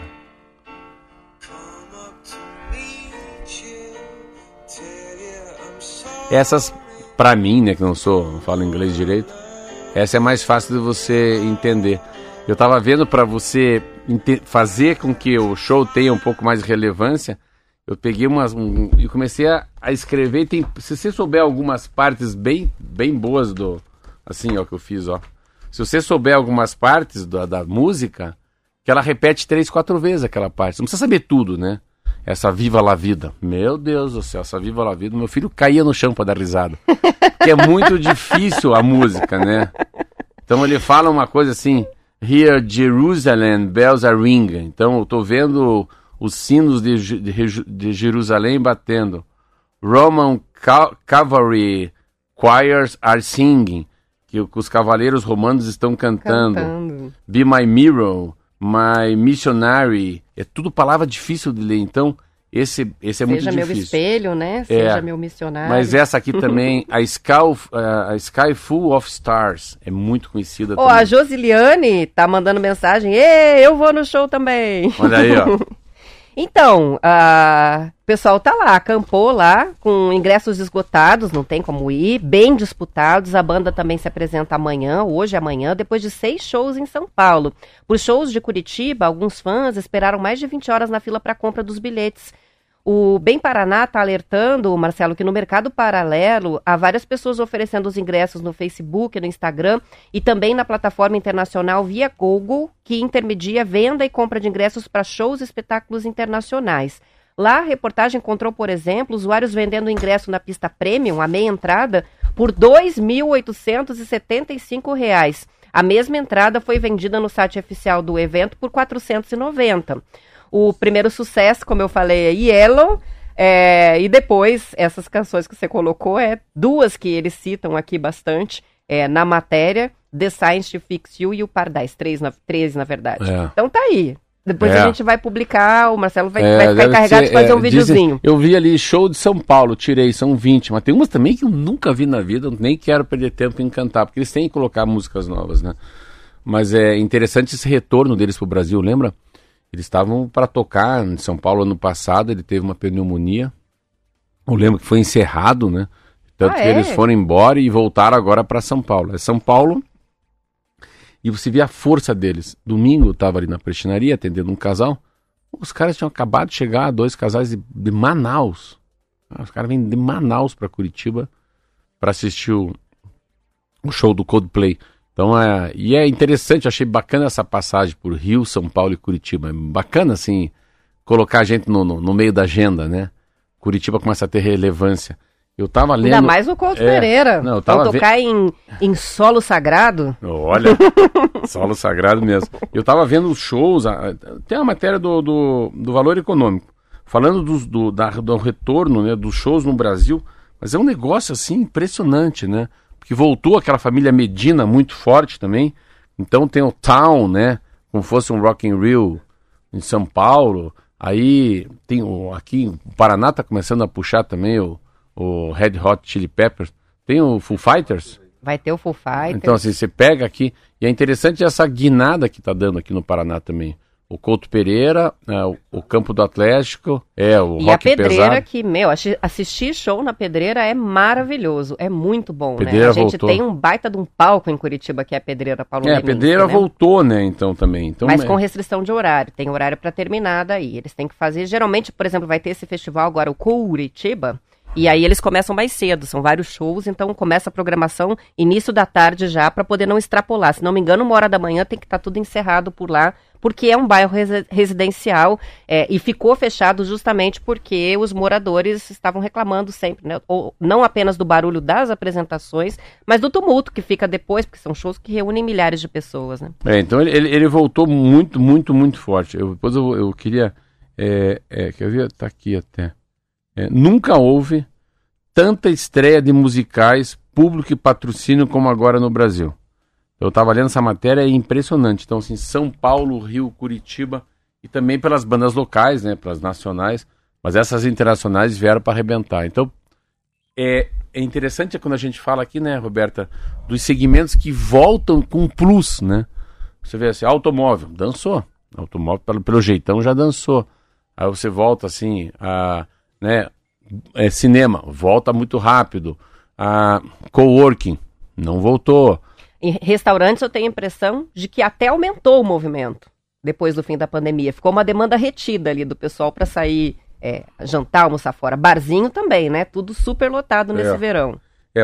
Essas, pra mim, né, que não falo inglês direito, essa é mais fácil de você entender. Eu tava vendo pra você fazer com que o show tenha um pouco mais de relevância, eu peguei e comecei a escrever. Se você souber algumas partes bem boas assim, ó, que eu fiz, ó. Se você souber algumas partes da música, que ela repete 3, 4 vezes aquela parte. Não precisa saber tudo, né? Essa Viva la Vida. Meu Deus do céu, essa Viva la Vida. Meu filho caía no chão pra dar risada. Porque é muito difícil a música, né? Então ele fala uma coisa assim, Here Jerusalem bells are ringing. Então eu tô vendo os sinos de Jerusalém batendo. Roman cavalry choirs are singing. Que os cavaleiros romanos estão cantando. Be my mirror, my missionary. É tudo palavra difícil de ler, então esse é muito difícil. Seja meu espelho, né? Seja meu missionário. Mas essa aqui também, a Sky Full of Stars, é muito conhecida também. A Josiliane tá mandando mensagem, eu vou no show também. Olha aí, ó. Então, o pessoal tá lá, acampou lá, com ingressos esgotados, não tem como ir, bem disputados. A banda também se apresenta hoje e amanhã, depois de 6 shows em São Paulo. Por shows de Curitiba, alguns fãs esperaram mais de 20 horas na fila para compra dos bilhetes. O Bem Paraná está alertando, Marcelo, que no mercado paralelo há várias pessoas oferecendo os ingressos no Facebook, no Instagram e também na plataforma internacional Via Google, que intermedia venda e compra de ingressos para shows e espetáculos internacionais. Lá, a reportagem encontrou, por exemplo, usuários vendendo ingresso na pista Premium, a meia entrada, por R$ 2.875. A mesma entrada foi vendida no site oficial do evento por R$ 490. O primeiro sucesso, como eu falei, é Yellow, e depois essas canções que você colocou, duas que eles citam aqui bastante na matéria, The Science, Fix You e o Paradise, 3 na verdade. Então tá aí. Depois a gente vai publicar, o Marcelo vai ficar encarregado de fazer um videozinho. Eu vi ali show de São Paulo, tirei, são 20, mas tem umas também que eu nunca vi na vida, nem quero perder tempo em cantar, porque eles têm que colocar músicas novas, né? Mas é interessante esse retorno deles pro Brasil, lembra? Eles estavam para tocar em São Paulo ano passado, ele teve uma pneumonia. Eu lembro que foi encerrado, né? Tanto que eles foram embora e voltaram agora para São Paulo. É São Paulo e você vê a força deles. Domingo eu estava ali na prestinaria atendendo um casal. Os caras tinham acabado de chegar, 2 casais de Manaus. Os caras vêm de Manaus para Curitiba para assistir o show do Coldplay. Então, e é interessante, eu achei bacana essa passagem por Rio, São Paulo e Curitiba. É bacana, assim, colocar a gente no meio da agenda, né? Curitiba começa a ter relevância. Eu tava lendo... Ainda mais o Couto Pereira. Não, tocar em solo sagrado. Olha, solo sagrado mesmo. Eu tava vendo os shows, tem uma matéria do valor econômico, falando do retorno, né, dos shows no Brasil, mas é um negócio, assim, impressionante, né? Porque voltou aquela família Medina muito forte também. Então tem o Town, né? Como fosse um Rock in Rio em São Paulo. Aí tem aqui o Paraná tá começando a puxar também o Red Hot Chili Peppers. Tem o Foo Fighters. Vai ter o Foo Fighters. Então assim, você pega aqui. E é interessante essa guinada que tá dando aqui no Paraná também. O Couto Pereira, o Campo do Atlético, o Rock pesado. E a Pedreira que, assistir show na Pedreira é maravilhoso, é muito bom, Pedreira, né? A gente voltou. Tem um baita de um palco em Curitiba, que é a Pedreira Paulo Leminski, a Pedreira, né? voltou, né, então também. Então, mas com restrição de horário, tem horário para terminar daí. Eles têm que fazer, geralmente, por exemplo, vai ter esse festival agora, o Curitiba, E aí eles começam mais cedo, são vários shows, então começa a programação início da tarde já, para poder não extrapolar. Se não me engano, 1h da manhã tem que estar tudo encerrado por lá, porque é um bairro residencial e ficou fechado justamente porque os moradores estavam reclamando sempre, né? Ou, não apenas do barulho das apresentações, mas do tumulto que fica depois, porque são shows que reúnem milhares de pessoas, né? Então ele voltou muito, muito, muito forte. Depois eu queria... que eu ia estar aqui até... nunca houve tanta estreia de musicais, público e patrocínio como agora no Brasil. Eu estava lendo essa matéria, é impressionante. Então, assim, São Paulo, Rio, Curitiba, e também pelas bandas locais, né, pelas nacionais, mas essas internacionais vieram para arrebentar. Então, é interessante quando a gente fala aqui, né, Roberta, dos segmentos que voltam com plus, né? Você vê assim, automóvel, dançou. Automóvel, pelo jeitão, já dançou. Aí você volta assim, cinema, volta muito rápido. Coworking, não voltou. Em restaurantes eu tenho a impressão de que até aumentou o movimento depois do fim da pandemia. Ficou uma demanda retida ali do pessoal para sair, jantar, almoçar fora. Barzinho também, né? Tudo super lotado nesse verão.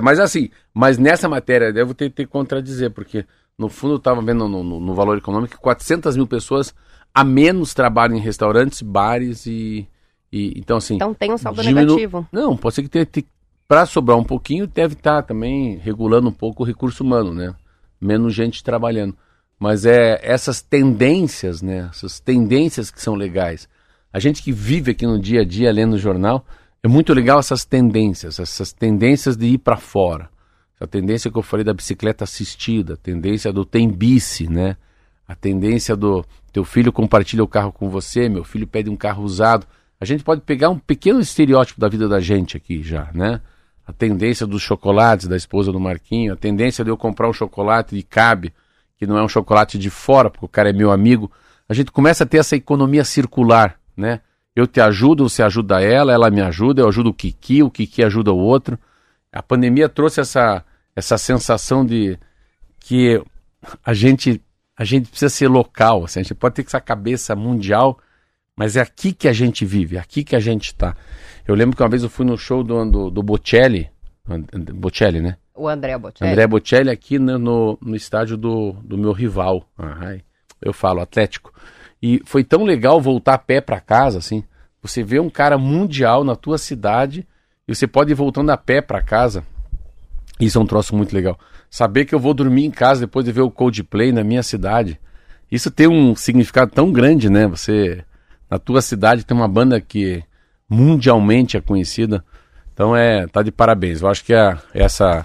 Mas nessa matéria, eu vou ter que contradizer, porque no fundo eu estava vendo no Valor Econômico que 400 mil pessoas a menos trabalham em restaurantes, bares e então assim... Então tem um saldo negativo. Não, pode ser que para sobrar um pouquinho, deve estar também regulando um pouco o recurso humano, né? Menos gente trabalhando. Mas essas tendências, né? Essas tendências que são legais. A gente que vive aqui no dia a dia, lendo o jornal, é muito legal essas tendências de ir para fora. A tendência que eu falei da bicicleta assistida, a tendência do tem bici, né? A tendência do teu filho compartilha o carro com você, meu filho pede um carro usado. A gente pode pegar um pequeno estereótipo da vida da gente aqui já, né? A tendência dos chocolates da esposa do Marquinho, a tendência de eu comprar um chocolate de Cabe, que não é um chocolate de fora, porque o cara é meu amigo. A gente começa a ter essa economia circular, né? Eu te ajudo, você ajuda ela me ajuda, eu ajudo o Kiki ajuda o outro. A pandemia trouxe essa sensação de que a gente precisa ser local, assim, a gente pode ter essa cabeça mundial, mas é aqui que a gente vive, é aqui que a gente está. Eu lembro que uma vez eu fui no show do Bocelli, né? O André Bocelli. André Bocelli aqui no estádio do meu rival, eu falo, Atlético. E foi tão legal voltar a pé para casa, assim. Você vê um cara mundial na tua cidade e você pode ir voltando a pé para casa. Isso é um troço muito legal. Saber que eu vou dormir em casa depois de ver o Coldplay na minha cidade. Isso tem um significado tão grande, né? Você, na tua cidade, tem uma banda que mundialmente é conhecida. Então tá de parabéns. Eu acho que essa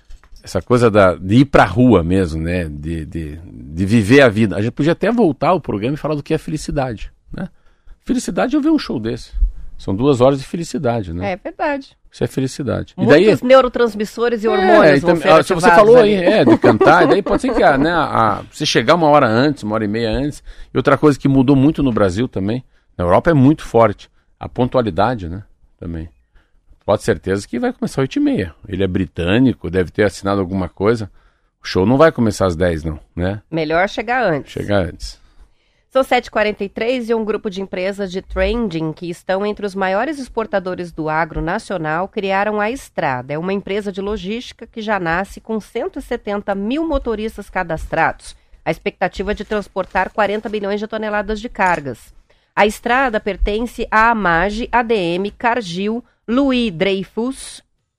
coisa de ir pra rua mesmo, né? De viver a vida. A gente podia até voltar ao programa e falar do que é felicidade, né? Felicidade é eu ver um show desse. São 2 horas de felicidade, né? É verdade. Isso é felicidade. Muitos neurotransmissores e hormônios vão ser se você falou aí, de cantar, e daí pode ser que você chegar 1 hora antes, 1h30 antes. E outra coisa que mudou muito no Brasil também, na Europa é muito forte, a pontualidade, né? Também. Pode ter certeza que vai começar às 8h30. Ele é britânico, deve ter assinado alguma coisa. O show não vai começar às 10, não, né? Melhor chegar antes. Chegar antes. São 7h43 e um grupo de empresas de trading que estão entre os maiores exportadores do agro nacional criaram a Estrada. É uma empresa de logística que já nasce com 170 mil motoristas cadastrados. A expectativa é de transportar 40 bilhões de toneladas de cargas. A Estrada pertence à AMAGE, ADM, Cargill, Louis Dreyfus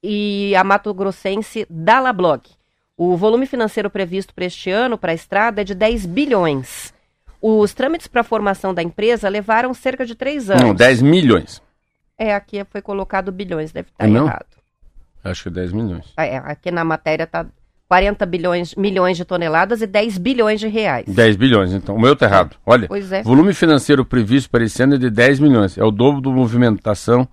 e a mato-grossense Dalablog. O volume financeiro previsto para este ano para a Estrada é de 10 bilhões. Os trâmites para a formação da empresa levaram cerca de 3 anos. Não, 10 milhões. Aqui foi colocado bilhões, deve estar errado. Acho que é 10 milhões. Aqui na matéria está 40 milhões de toneladas e 10 bilhões de reais. 10 bilhões, então. O meu está errado. Olha, pois é. Volume financeiro previsto para esse ano é de 10 milhões. É o dobro da movimentação.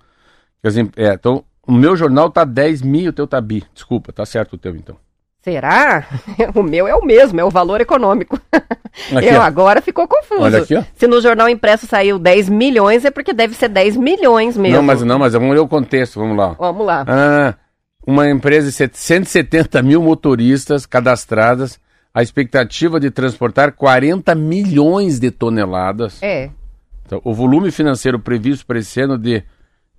Então, o meu jornal está 10 mil, o teu está bi. Desculpa, tá certo o teu, então. Será? O meu é o mesmo, é o Valor Econômico. Aqui, agora ficou confuso. Olha aqui, ó. Se no jornal impresso saiu 10 milhões, é porque deve ser 10 milhões mesmo. Não, mas vamos ler o contexto, vamos lá. Vamos lá. Uma empresa de 170 mil motoristas cadastradas, a expectativa de transportar 40 milhões de toneladas. É. Então, o volume financeiro previsto para esse ano de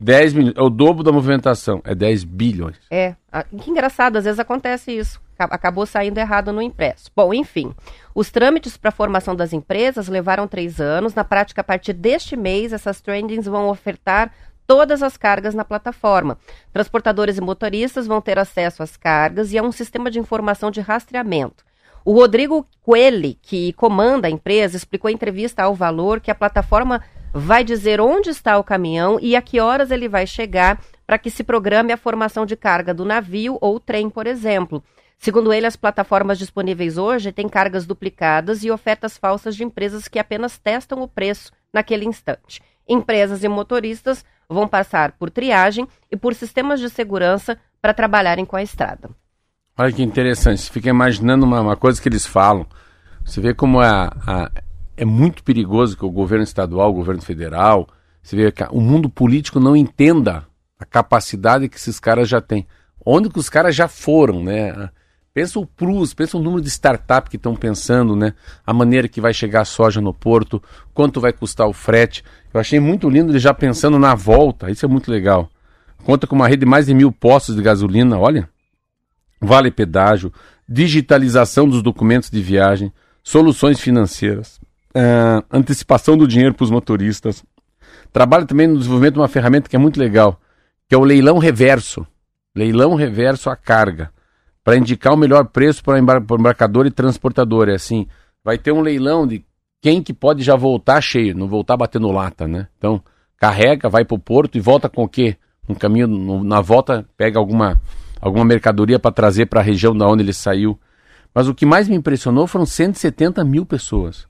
10 milhões, é o dobro da movimentação, é 10 bilhões. Que engraçado, às vezes acontece isso. Acabou saindo errado no impresso. Bom, enfim, os trâmites para a formação das empresas levaram 3 anos. Na prática, a partir deste mês, essas tradings vão ofertar todas as cargas na plataforma. Transportadores e motoristas vão ter acesso às cargas e a um sistema de informação de rastreamento. O Rodrigo Coelho, que comanda a empresa, explicou em entrevista ao Valor que a plataforma vai dizer onde está o caminhão e a que horas ele vai chegar para que se programe a formação de carga do navio ou trem, por exemplo. Segundo ele, as plataformas disponíveis hoje têm cargas duplicadas e ofertas falsas de empresas que apenas testam o preço naquele instante. Empresas e motoristas vão passar por triagem e por sistemas de segurança para trabalharem com a estrada. Olha que interessante, você fica imaginando uma coisa que eles falam. Você vê como é muito perigoso que o governo estadual, o governo federal, você vê que o mundo político não entenda a capacidade que esses caras já têm. Onde que os caras já foram, né? Pensa o PRUS, pensa o número de startups que estão pensando, né? A maneira que vai chegar a soja no porto, quanto vai custar o frete. Eu achei muito lindo ele já pensando na volta, isso é muito legal. Conta com uma rede de mais de 1.000 postos de gasolina, olha. Vale pedágio, digitalização dos documentos de viagem, soluções financeiras, antecipação do dinheiro para os motoristas. Trabalha também no desenvolvimento de uma ferramenta que é muito legal, que é o leilão reverso. Leilão reverso à carga, para indicar o melhor preço para o embarcador e transportador. É assim, vai ter um leilão de quem que pode já voltar cheio, não voltar batendo lata, né? Então, carrega, vai para o porto e volta com o quê? Um caminho, na volta, pega alguma mercadoria para trazer para a região da onde ele saiu. Mas o que mais me impressionou foram 170 mil pessoas.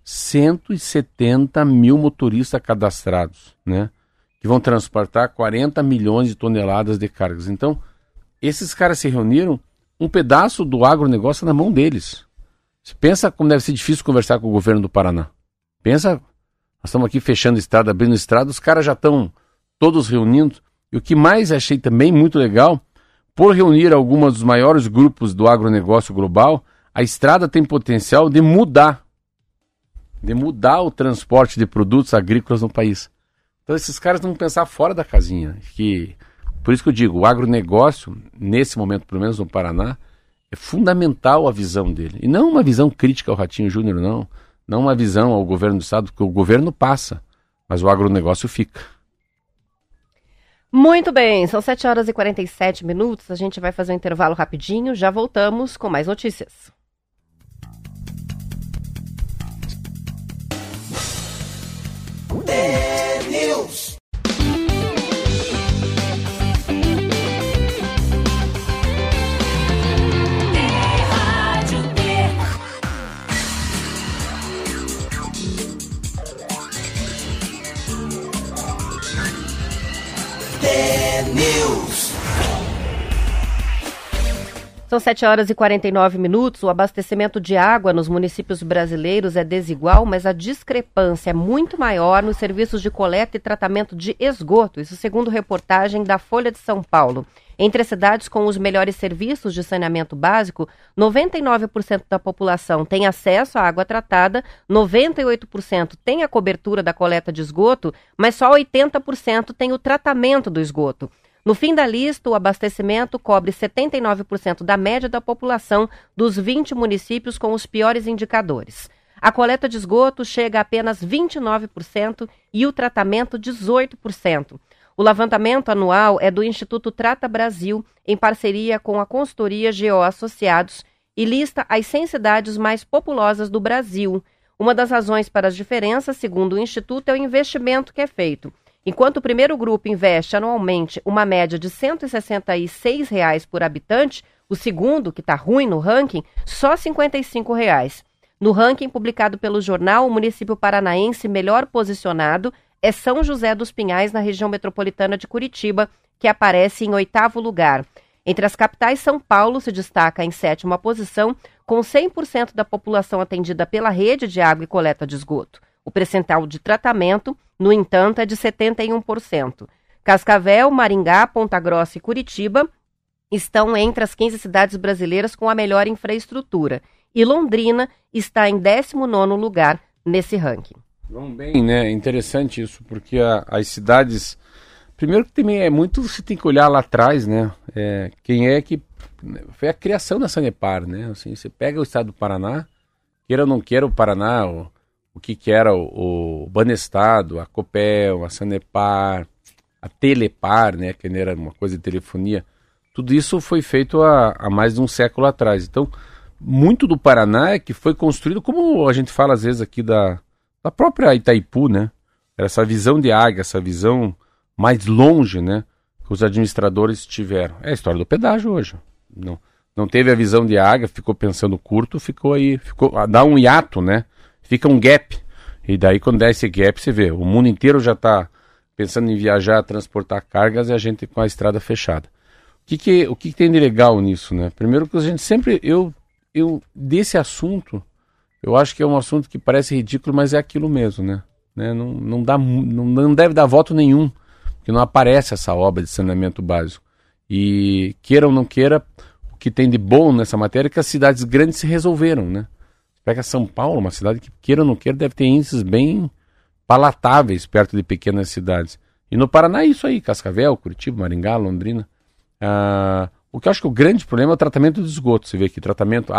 170 mil motoristas cadastrados, né? Que vão transportar 40 milhões de toneladas de cargas. Então, esses caras se reuniram, um pedaço do agronegócio na mão deles. Você pensa como deve ser difícil conversar com o governo do Paraná. Pensa, nós estamos aqui fechando estrada, abrindo estrada, os caras já estão todos reunindo. E o que mais achei também muito legal, por reunir alguns dos maiores grupos do agronegócio global, a estrada tem potencial de mudar o transporte de produtos agrícolas no país. Então esses caras vão pensar fora da casinha. Por isso que eu digo, o agronegócio, nesse momento, pelo menos no Paraná, é fundamental a visão dele. E não uma visão crítica ao Ratinho Júnior, não. Não uma visão ao governo do estado, porque o governo passa, mas o agronegócio fica. Muito bem, são 7 horas e 47 minutos. A gente vai fazer um intervalo rapidinho, já voltamos com mais notícias. News. News. São 7 horas e 49 minutos. O abastecimento de água nos municípios brasileiros é desigual, mas a discrepância é muito maior nos serviços de coleta e tratamento de esgoto. Isso segundo reportagem da Folha de São Paulo. Entre as cidades com os melhores serviços de saneamento básico, 99% da população tem acesso à água tratada, 98% tem a cobertura da coleta de esgoto, mas só 80% tem o tratamento do esgoto. No fim da lista, o abastecimento cobre 79% da média da população dos 20 municípios com os piores indicadores. A coleta de esgoto chega a apenas 29% e o tratamento 18%. O levantamento anual é do Instituto Trata Brasil, em parceria com a consultoria GO Associados, e lista as 100 cidades mais populosas do Brasil. Uma das razões para as diferenças, segundo o Instituto, é o investimento que é feito. Enquanto o primeiro grupo investe anualmente uma média de R$ 166 por habitante, o segundo, que está ruim no ranking, só R$ 55. No ranking publicado pelo jornal, o município paranaense melhor posicionado é São José dos Pinhais, na região metropolitana de Curitiba, que aparece em 8º lugar. Entre as capitais, São Paulo se destaca em 7ª posição, com 100% da população atendida pela rede de água e coleta de esgoto. O percentual de tratamento, no entanto, é de 71%. Cascavel, Maringá, Ponta Grossa e Curitiba estão entre as 15 cidades brasileiras com a melhor infraestrutura. E Londrina está em 19º lugar nesse ranking. Vão bem, né? É interessante isso, porque as cidades... Primeiro que também você tem que olhar lá atrás, né? Quem é que... Foi a criação da Sanepar, né? Assim, você pega o estado do Paraná, queira ou não queira o Paraná, o que era o Banestado, a Copel, a Sanepar, a Telepar, né? Que era uma coisa de telefonia. Tudo isso foi feito há mais de um século atrás. Então, muito do Paraná é que foi construído, como a gente fala às vezes aqui da própria Itaipu, né? Essa visão de águia, essa visão mais longe, né? Que os administradores tiveram. É a história do pedágio hoje. Não teve a visão de águia, ficou pensando curto, dá um hiato, né? Fica um gap. E daí quando der esse gap, você vê, o mundo inteiro já está pensando em viajar, transportar cargas e a gente com a estrada fechada. O que tem de legal nisso, né? Primeiro que a gente sempre, eu desse assunto, eu acho que é um assunto que parece ridículo, mas é aquilo mesmo, né? Não deve dar voto nenhum, porque não aparece essa obra de saneamento básico. E queira ou não queira, o que tem de bom nessa matéria é que as cidades grandes se resolveram, né? Pega São Paulo, uma cidade que queira ou não queira deve ter índices bem palatáveis perto de pequenas cidades. E no Paraná é isso aí, Cascavel, Curitiba, Maringá, Londrina. O que eu acho que o grande problema é o tratamento do esgoto. Você vê que tratamento,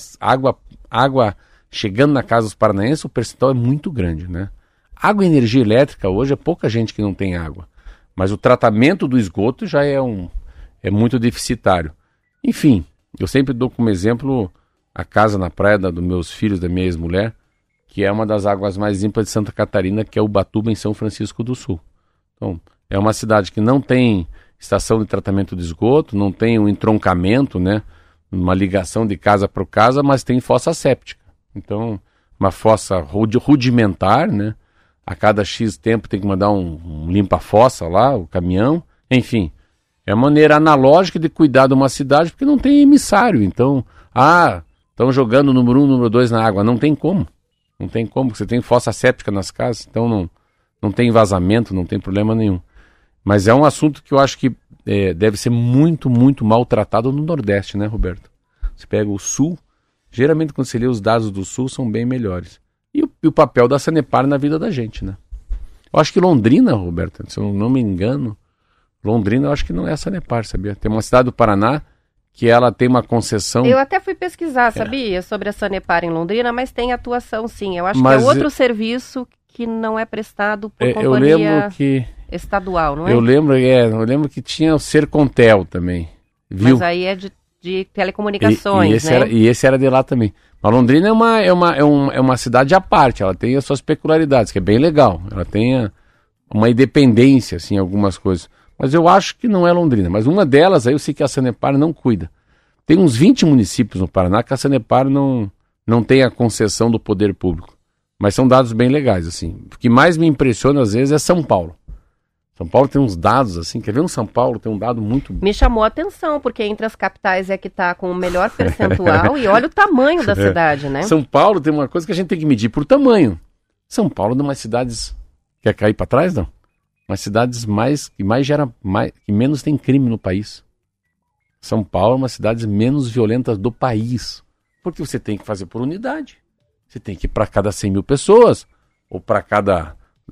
água chegando na casa dos paranaenses, o percentual é muito grande, né? Água e energia elétrica hoje é pouca gente que não tem água. Mas o tratamento do esgoto já é muito deficitário. Enfim, eu sempre dou como exemplo a casa na praia dos meus filhos, da minha ex-mulher, que é uma das águas mais limpas de Santa Catarina, que é Ubatuba, em São Francisco do Sul. Então, é uma cidade que não tem estação de tratamento de esgoto, não tem um entroncamento, né? Uma ligação de casa para casa, mas tem fossa séptica. Então, uma fossa rudimentar, né? A cada X tempo tem que mandar um limpa-fossa lá, o caminhão. Enfim, é a maneira analógica de cuidar de uma cidade, porque não tem emissário. Então, estão jogando o número 1, o número 2 na água. Não tem como. Não tem como, porque você tem fossa séptica nas casas, então não tem vazamento, não tem problema nenhum. Mas é um assunto que eu acho que deve ser muito, muito maltratado no Nordeste, né, Roberto? Você pega o Sul, geralmente quando você lê os dados do Sul são bem melhores. E o papel da Sanepar na vida da gente, né? Eu acho que Londrina, Roberto, se eu não me engano, Londrina eu acho que não é a Sanepar, sabia? Tem uma cidade do Paraná que ela tem uma concessão... Eu até fui pesquisar, sabia, sobre a Sanepar em Londrina, mas tem atuação sim. Eu acho que é outro serviço que não é prestado por companhia estadual, não é? Eu lembro que tinha o Sercontel também, viu? Mas aí é de telecomunicações, né? E esse era de lá também. Mas Londrina é uma cidade à parte, ela tem as suas peculiaridades, que é bem legal. Ela tem uma independência, assim, algumas coisas. Mas eu acho que não é Londrina. Mas uma delas, aí eu sei que a Sanepar não cuida. Tem uns 20 municípios no Paraná que a Sanepar não tem a concessão do poder público. Mas são dados bem legais, assim. O que mais me impressiona, às vezes, é São Paulo. São Paulo tem uns dados, assim, quer ver um São Paulo? Tem um dado muito... Me chamou a atenção, porque entre as capitais é que está com o melhor percentual e olha o tamanho da cidade, né? São Paulo tem uma coisa que a gente tem que medir por tamanho. São Paulo é uma das cidades... Quer cair para trás, não? Umas cidades que menos tem crime no país. São Paulo é uma das cidades menos violentas do país. Porque você tem que fazer por unidade. Você tem que ir para cada 100 mil pessoas, ou para cada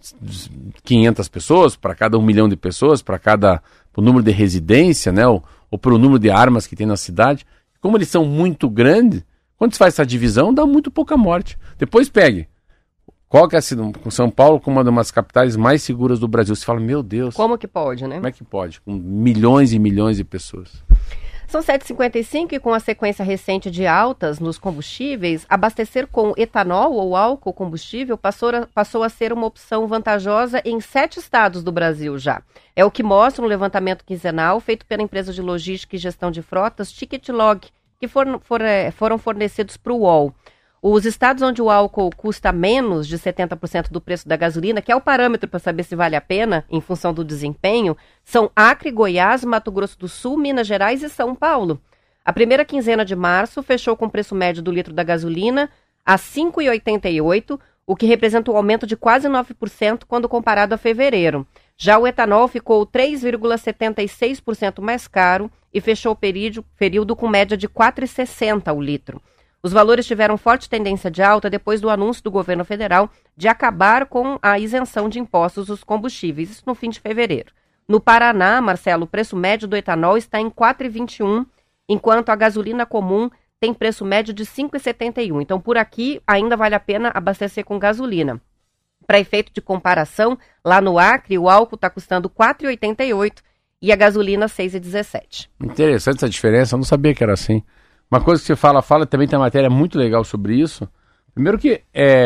500 pessoas, para cada 1 milhão de pessoas, para o número de residência, né? Ou para o número de armas que tem na cidade. Como eles são muito grandes, quando se faz essa divisão, dá muito pouca morte. Depois pegue. Qual que é São Paulo como uma das capitais mais seguras do Brasil? Você fala, meu Deus. Como que pode, né? Como é que pode? Com milhões e milhões de pessoas. São 7h55 e com a sequência recente de altas nos combustíveis, abastecer com etanol ou álcool combustível passou a ser uma opção vantajosa em 7 estados do Brasil já. É o que mostra um levantamento quinzenal feito pela empresa de logística e gestão de frotas Ticketlock, que foram fornecidos para o UOL. Os estados onde o álcool custa menos de 70% do preço da gasolina, que é o parâmetro para saber se vale a pena em função do desempenho, são Acre, Goiás, Mato Grosso do Sul, Minas Gerais e São Paulo. A primeira quinzena de março fechou com o preço médio do litro da gasolina a R$ 5,88, o que representa um aumento de quase 9% quando comparado a fevereiro. Já o etanol ficou 3,76% mais caro e fechou o período com média de R$ 4,60 o litro. Os valores tiveram forte tendência de alta depois do anúncio do governo federal de acabar com a isenção de impostos dos combustíveis, isso no fim de fevereiro. No Paraná, Marcelo, o preço médio do etanol está em R$ 4,21, enquanto a gasolina comum tem preço médio de R$ 5,71. Então, por aqui, ainda vale a pena abastecer com gasolina. Para efeito de comparação, lá no Acre, o álcool está custando R$ 4,88 e a gasolina R$ 6,17. Interessante essa diferença, eu não sabia que era assim. Uma coisa que você fala, também tem uma matéria muito legal sobre isso. Primeiro que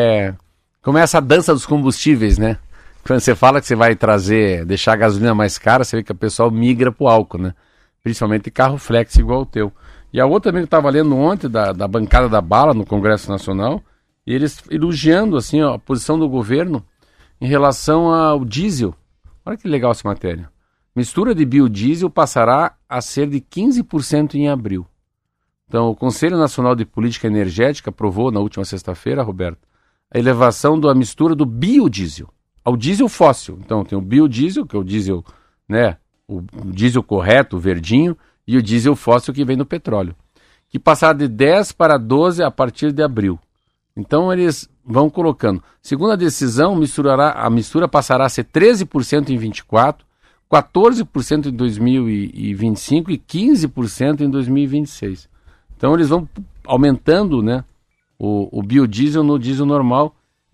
começa a dança dos combustíveis, né? Quando você fala que você vai deixar a gasolina mais cara, você vê que o pessoal migra pro álcool, né? Principalmente carro flex igual o teu. E a outra também que eu estava lendo ontem, da bancada da bala no Congresso Nacional, e eles elogiando assim, ó, a posição do governo em relação ao diesel. Olha que legal essa matéria. Mistura de biodiesel passará a ser de 15% em abril. Então, o Conselho Nacional de Política Energética aprovou na última sexta-feira, Roberto, a elevação da mistura do biodiesel ao diesel fóssil. Então, tem o biodiesel, que é o diesel, né, o diesel correto, o verdinho, e o diesel fóssil que vem do petróleo, que passará de 10 para 12 a partir de abril. Então, eles vão colocando. Segundo a decisão, a mistura passará a ser 13% em 24, 14% em 2025 e 15% em 2026. Então eles vão aumentando, né, o biodiesel no diesel normal.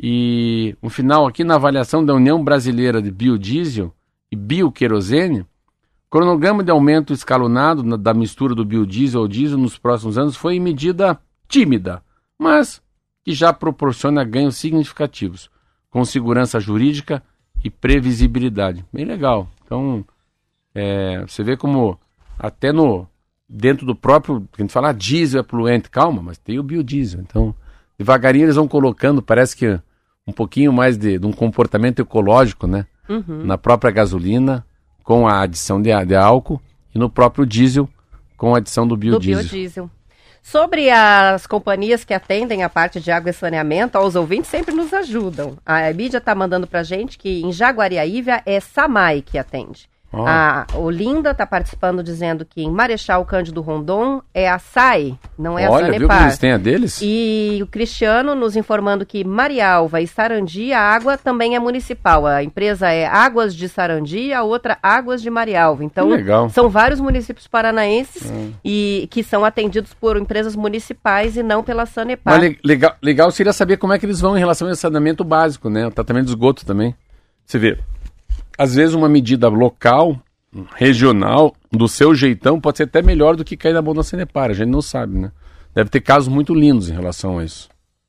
E no final aqui na avaliação da União Brasileira de Biodiesel e Bioquerosene, cronograma de aumento escalonado da mistura do biodiesel ao diesel nos próximos anos foi em medida tímida, mas que já proporciona ganhos significativos, com segurança jurídica e previsibilidade. Bem legal. Então, você vê como até dentro do próprio, a gente fala diesel é poluente, calma, mas tem o biodiesel. Então, devagarinho eles vão colocando, parece que um pouquinho mais de um comportamento ecológico, né? Na própria gasolina, com a adição de álcool, e no próprio diesel, com a adição do biodiesel. Sobre as companhias que atendem a parte de água e saneamento, os ouvintes sempre nos ajudam. A mídia está mandando para a gente que em Jaguariaíva é Samai que atende. A Olinda está participando dizendo que em Marechal Cândido Rondon é a SAI, não é a Sanepar. Olha, viu que eles têm a deles? E o Cristiano nos informando que Marialva e Sarandi, a água também é municipal. A empresa é Águas de Sarandi, a outra Águas de Marialva. Então, são vários municípios paranaenses e que são atendidos por empresas municipais e não pela Sanepar. Mas legal seria saber como é que eles vão em relação ao saneamento básico, né? O tratamento de esgoto também. Você vê, às vezes uma medida local, regional, do seu jeitão, pode ser até melhor do que cair na mão da Sanepar. A gente não sabe, né? Deve ter casos muito lindos em relação a isso.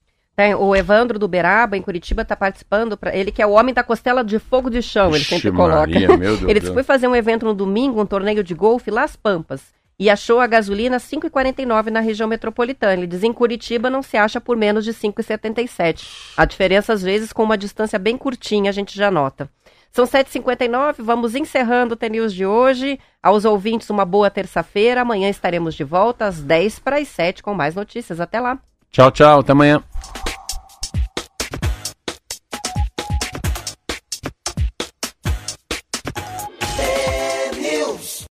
O Evandro do Beraba, em Curitiba, está participando. Ele que é o homem da costela de fogo de chão, ele sempre coloca. Ele foi fazer um evento no domingo, um torneio de golfe, Las Pampas, e achou a gasolina R$ 5,49 na região metropolitana. Ele diz, em Curitiba não se acha por menos de R$ 5,77. A diferença, às vezes, com uma distância bem curtinha, a gente já nota. São 7h59, vamos encerrando o TNews de hoje. Aos ouvintes, uma boa terça-feira. Amanhã estaremos de volta às 6:50 com mais notícias. Até lá. Tchau, até amanhã.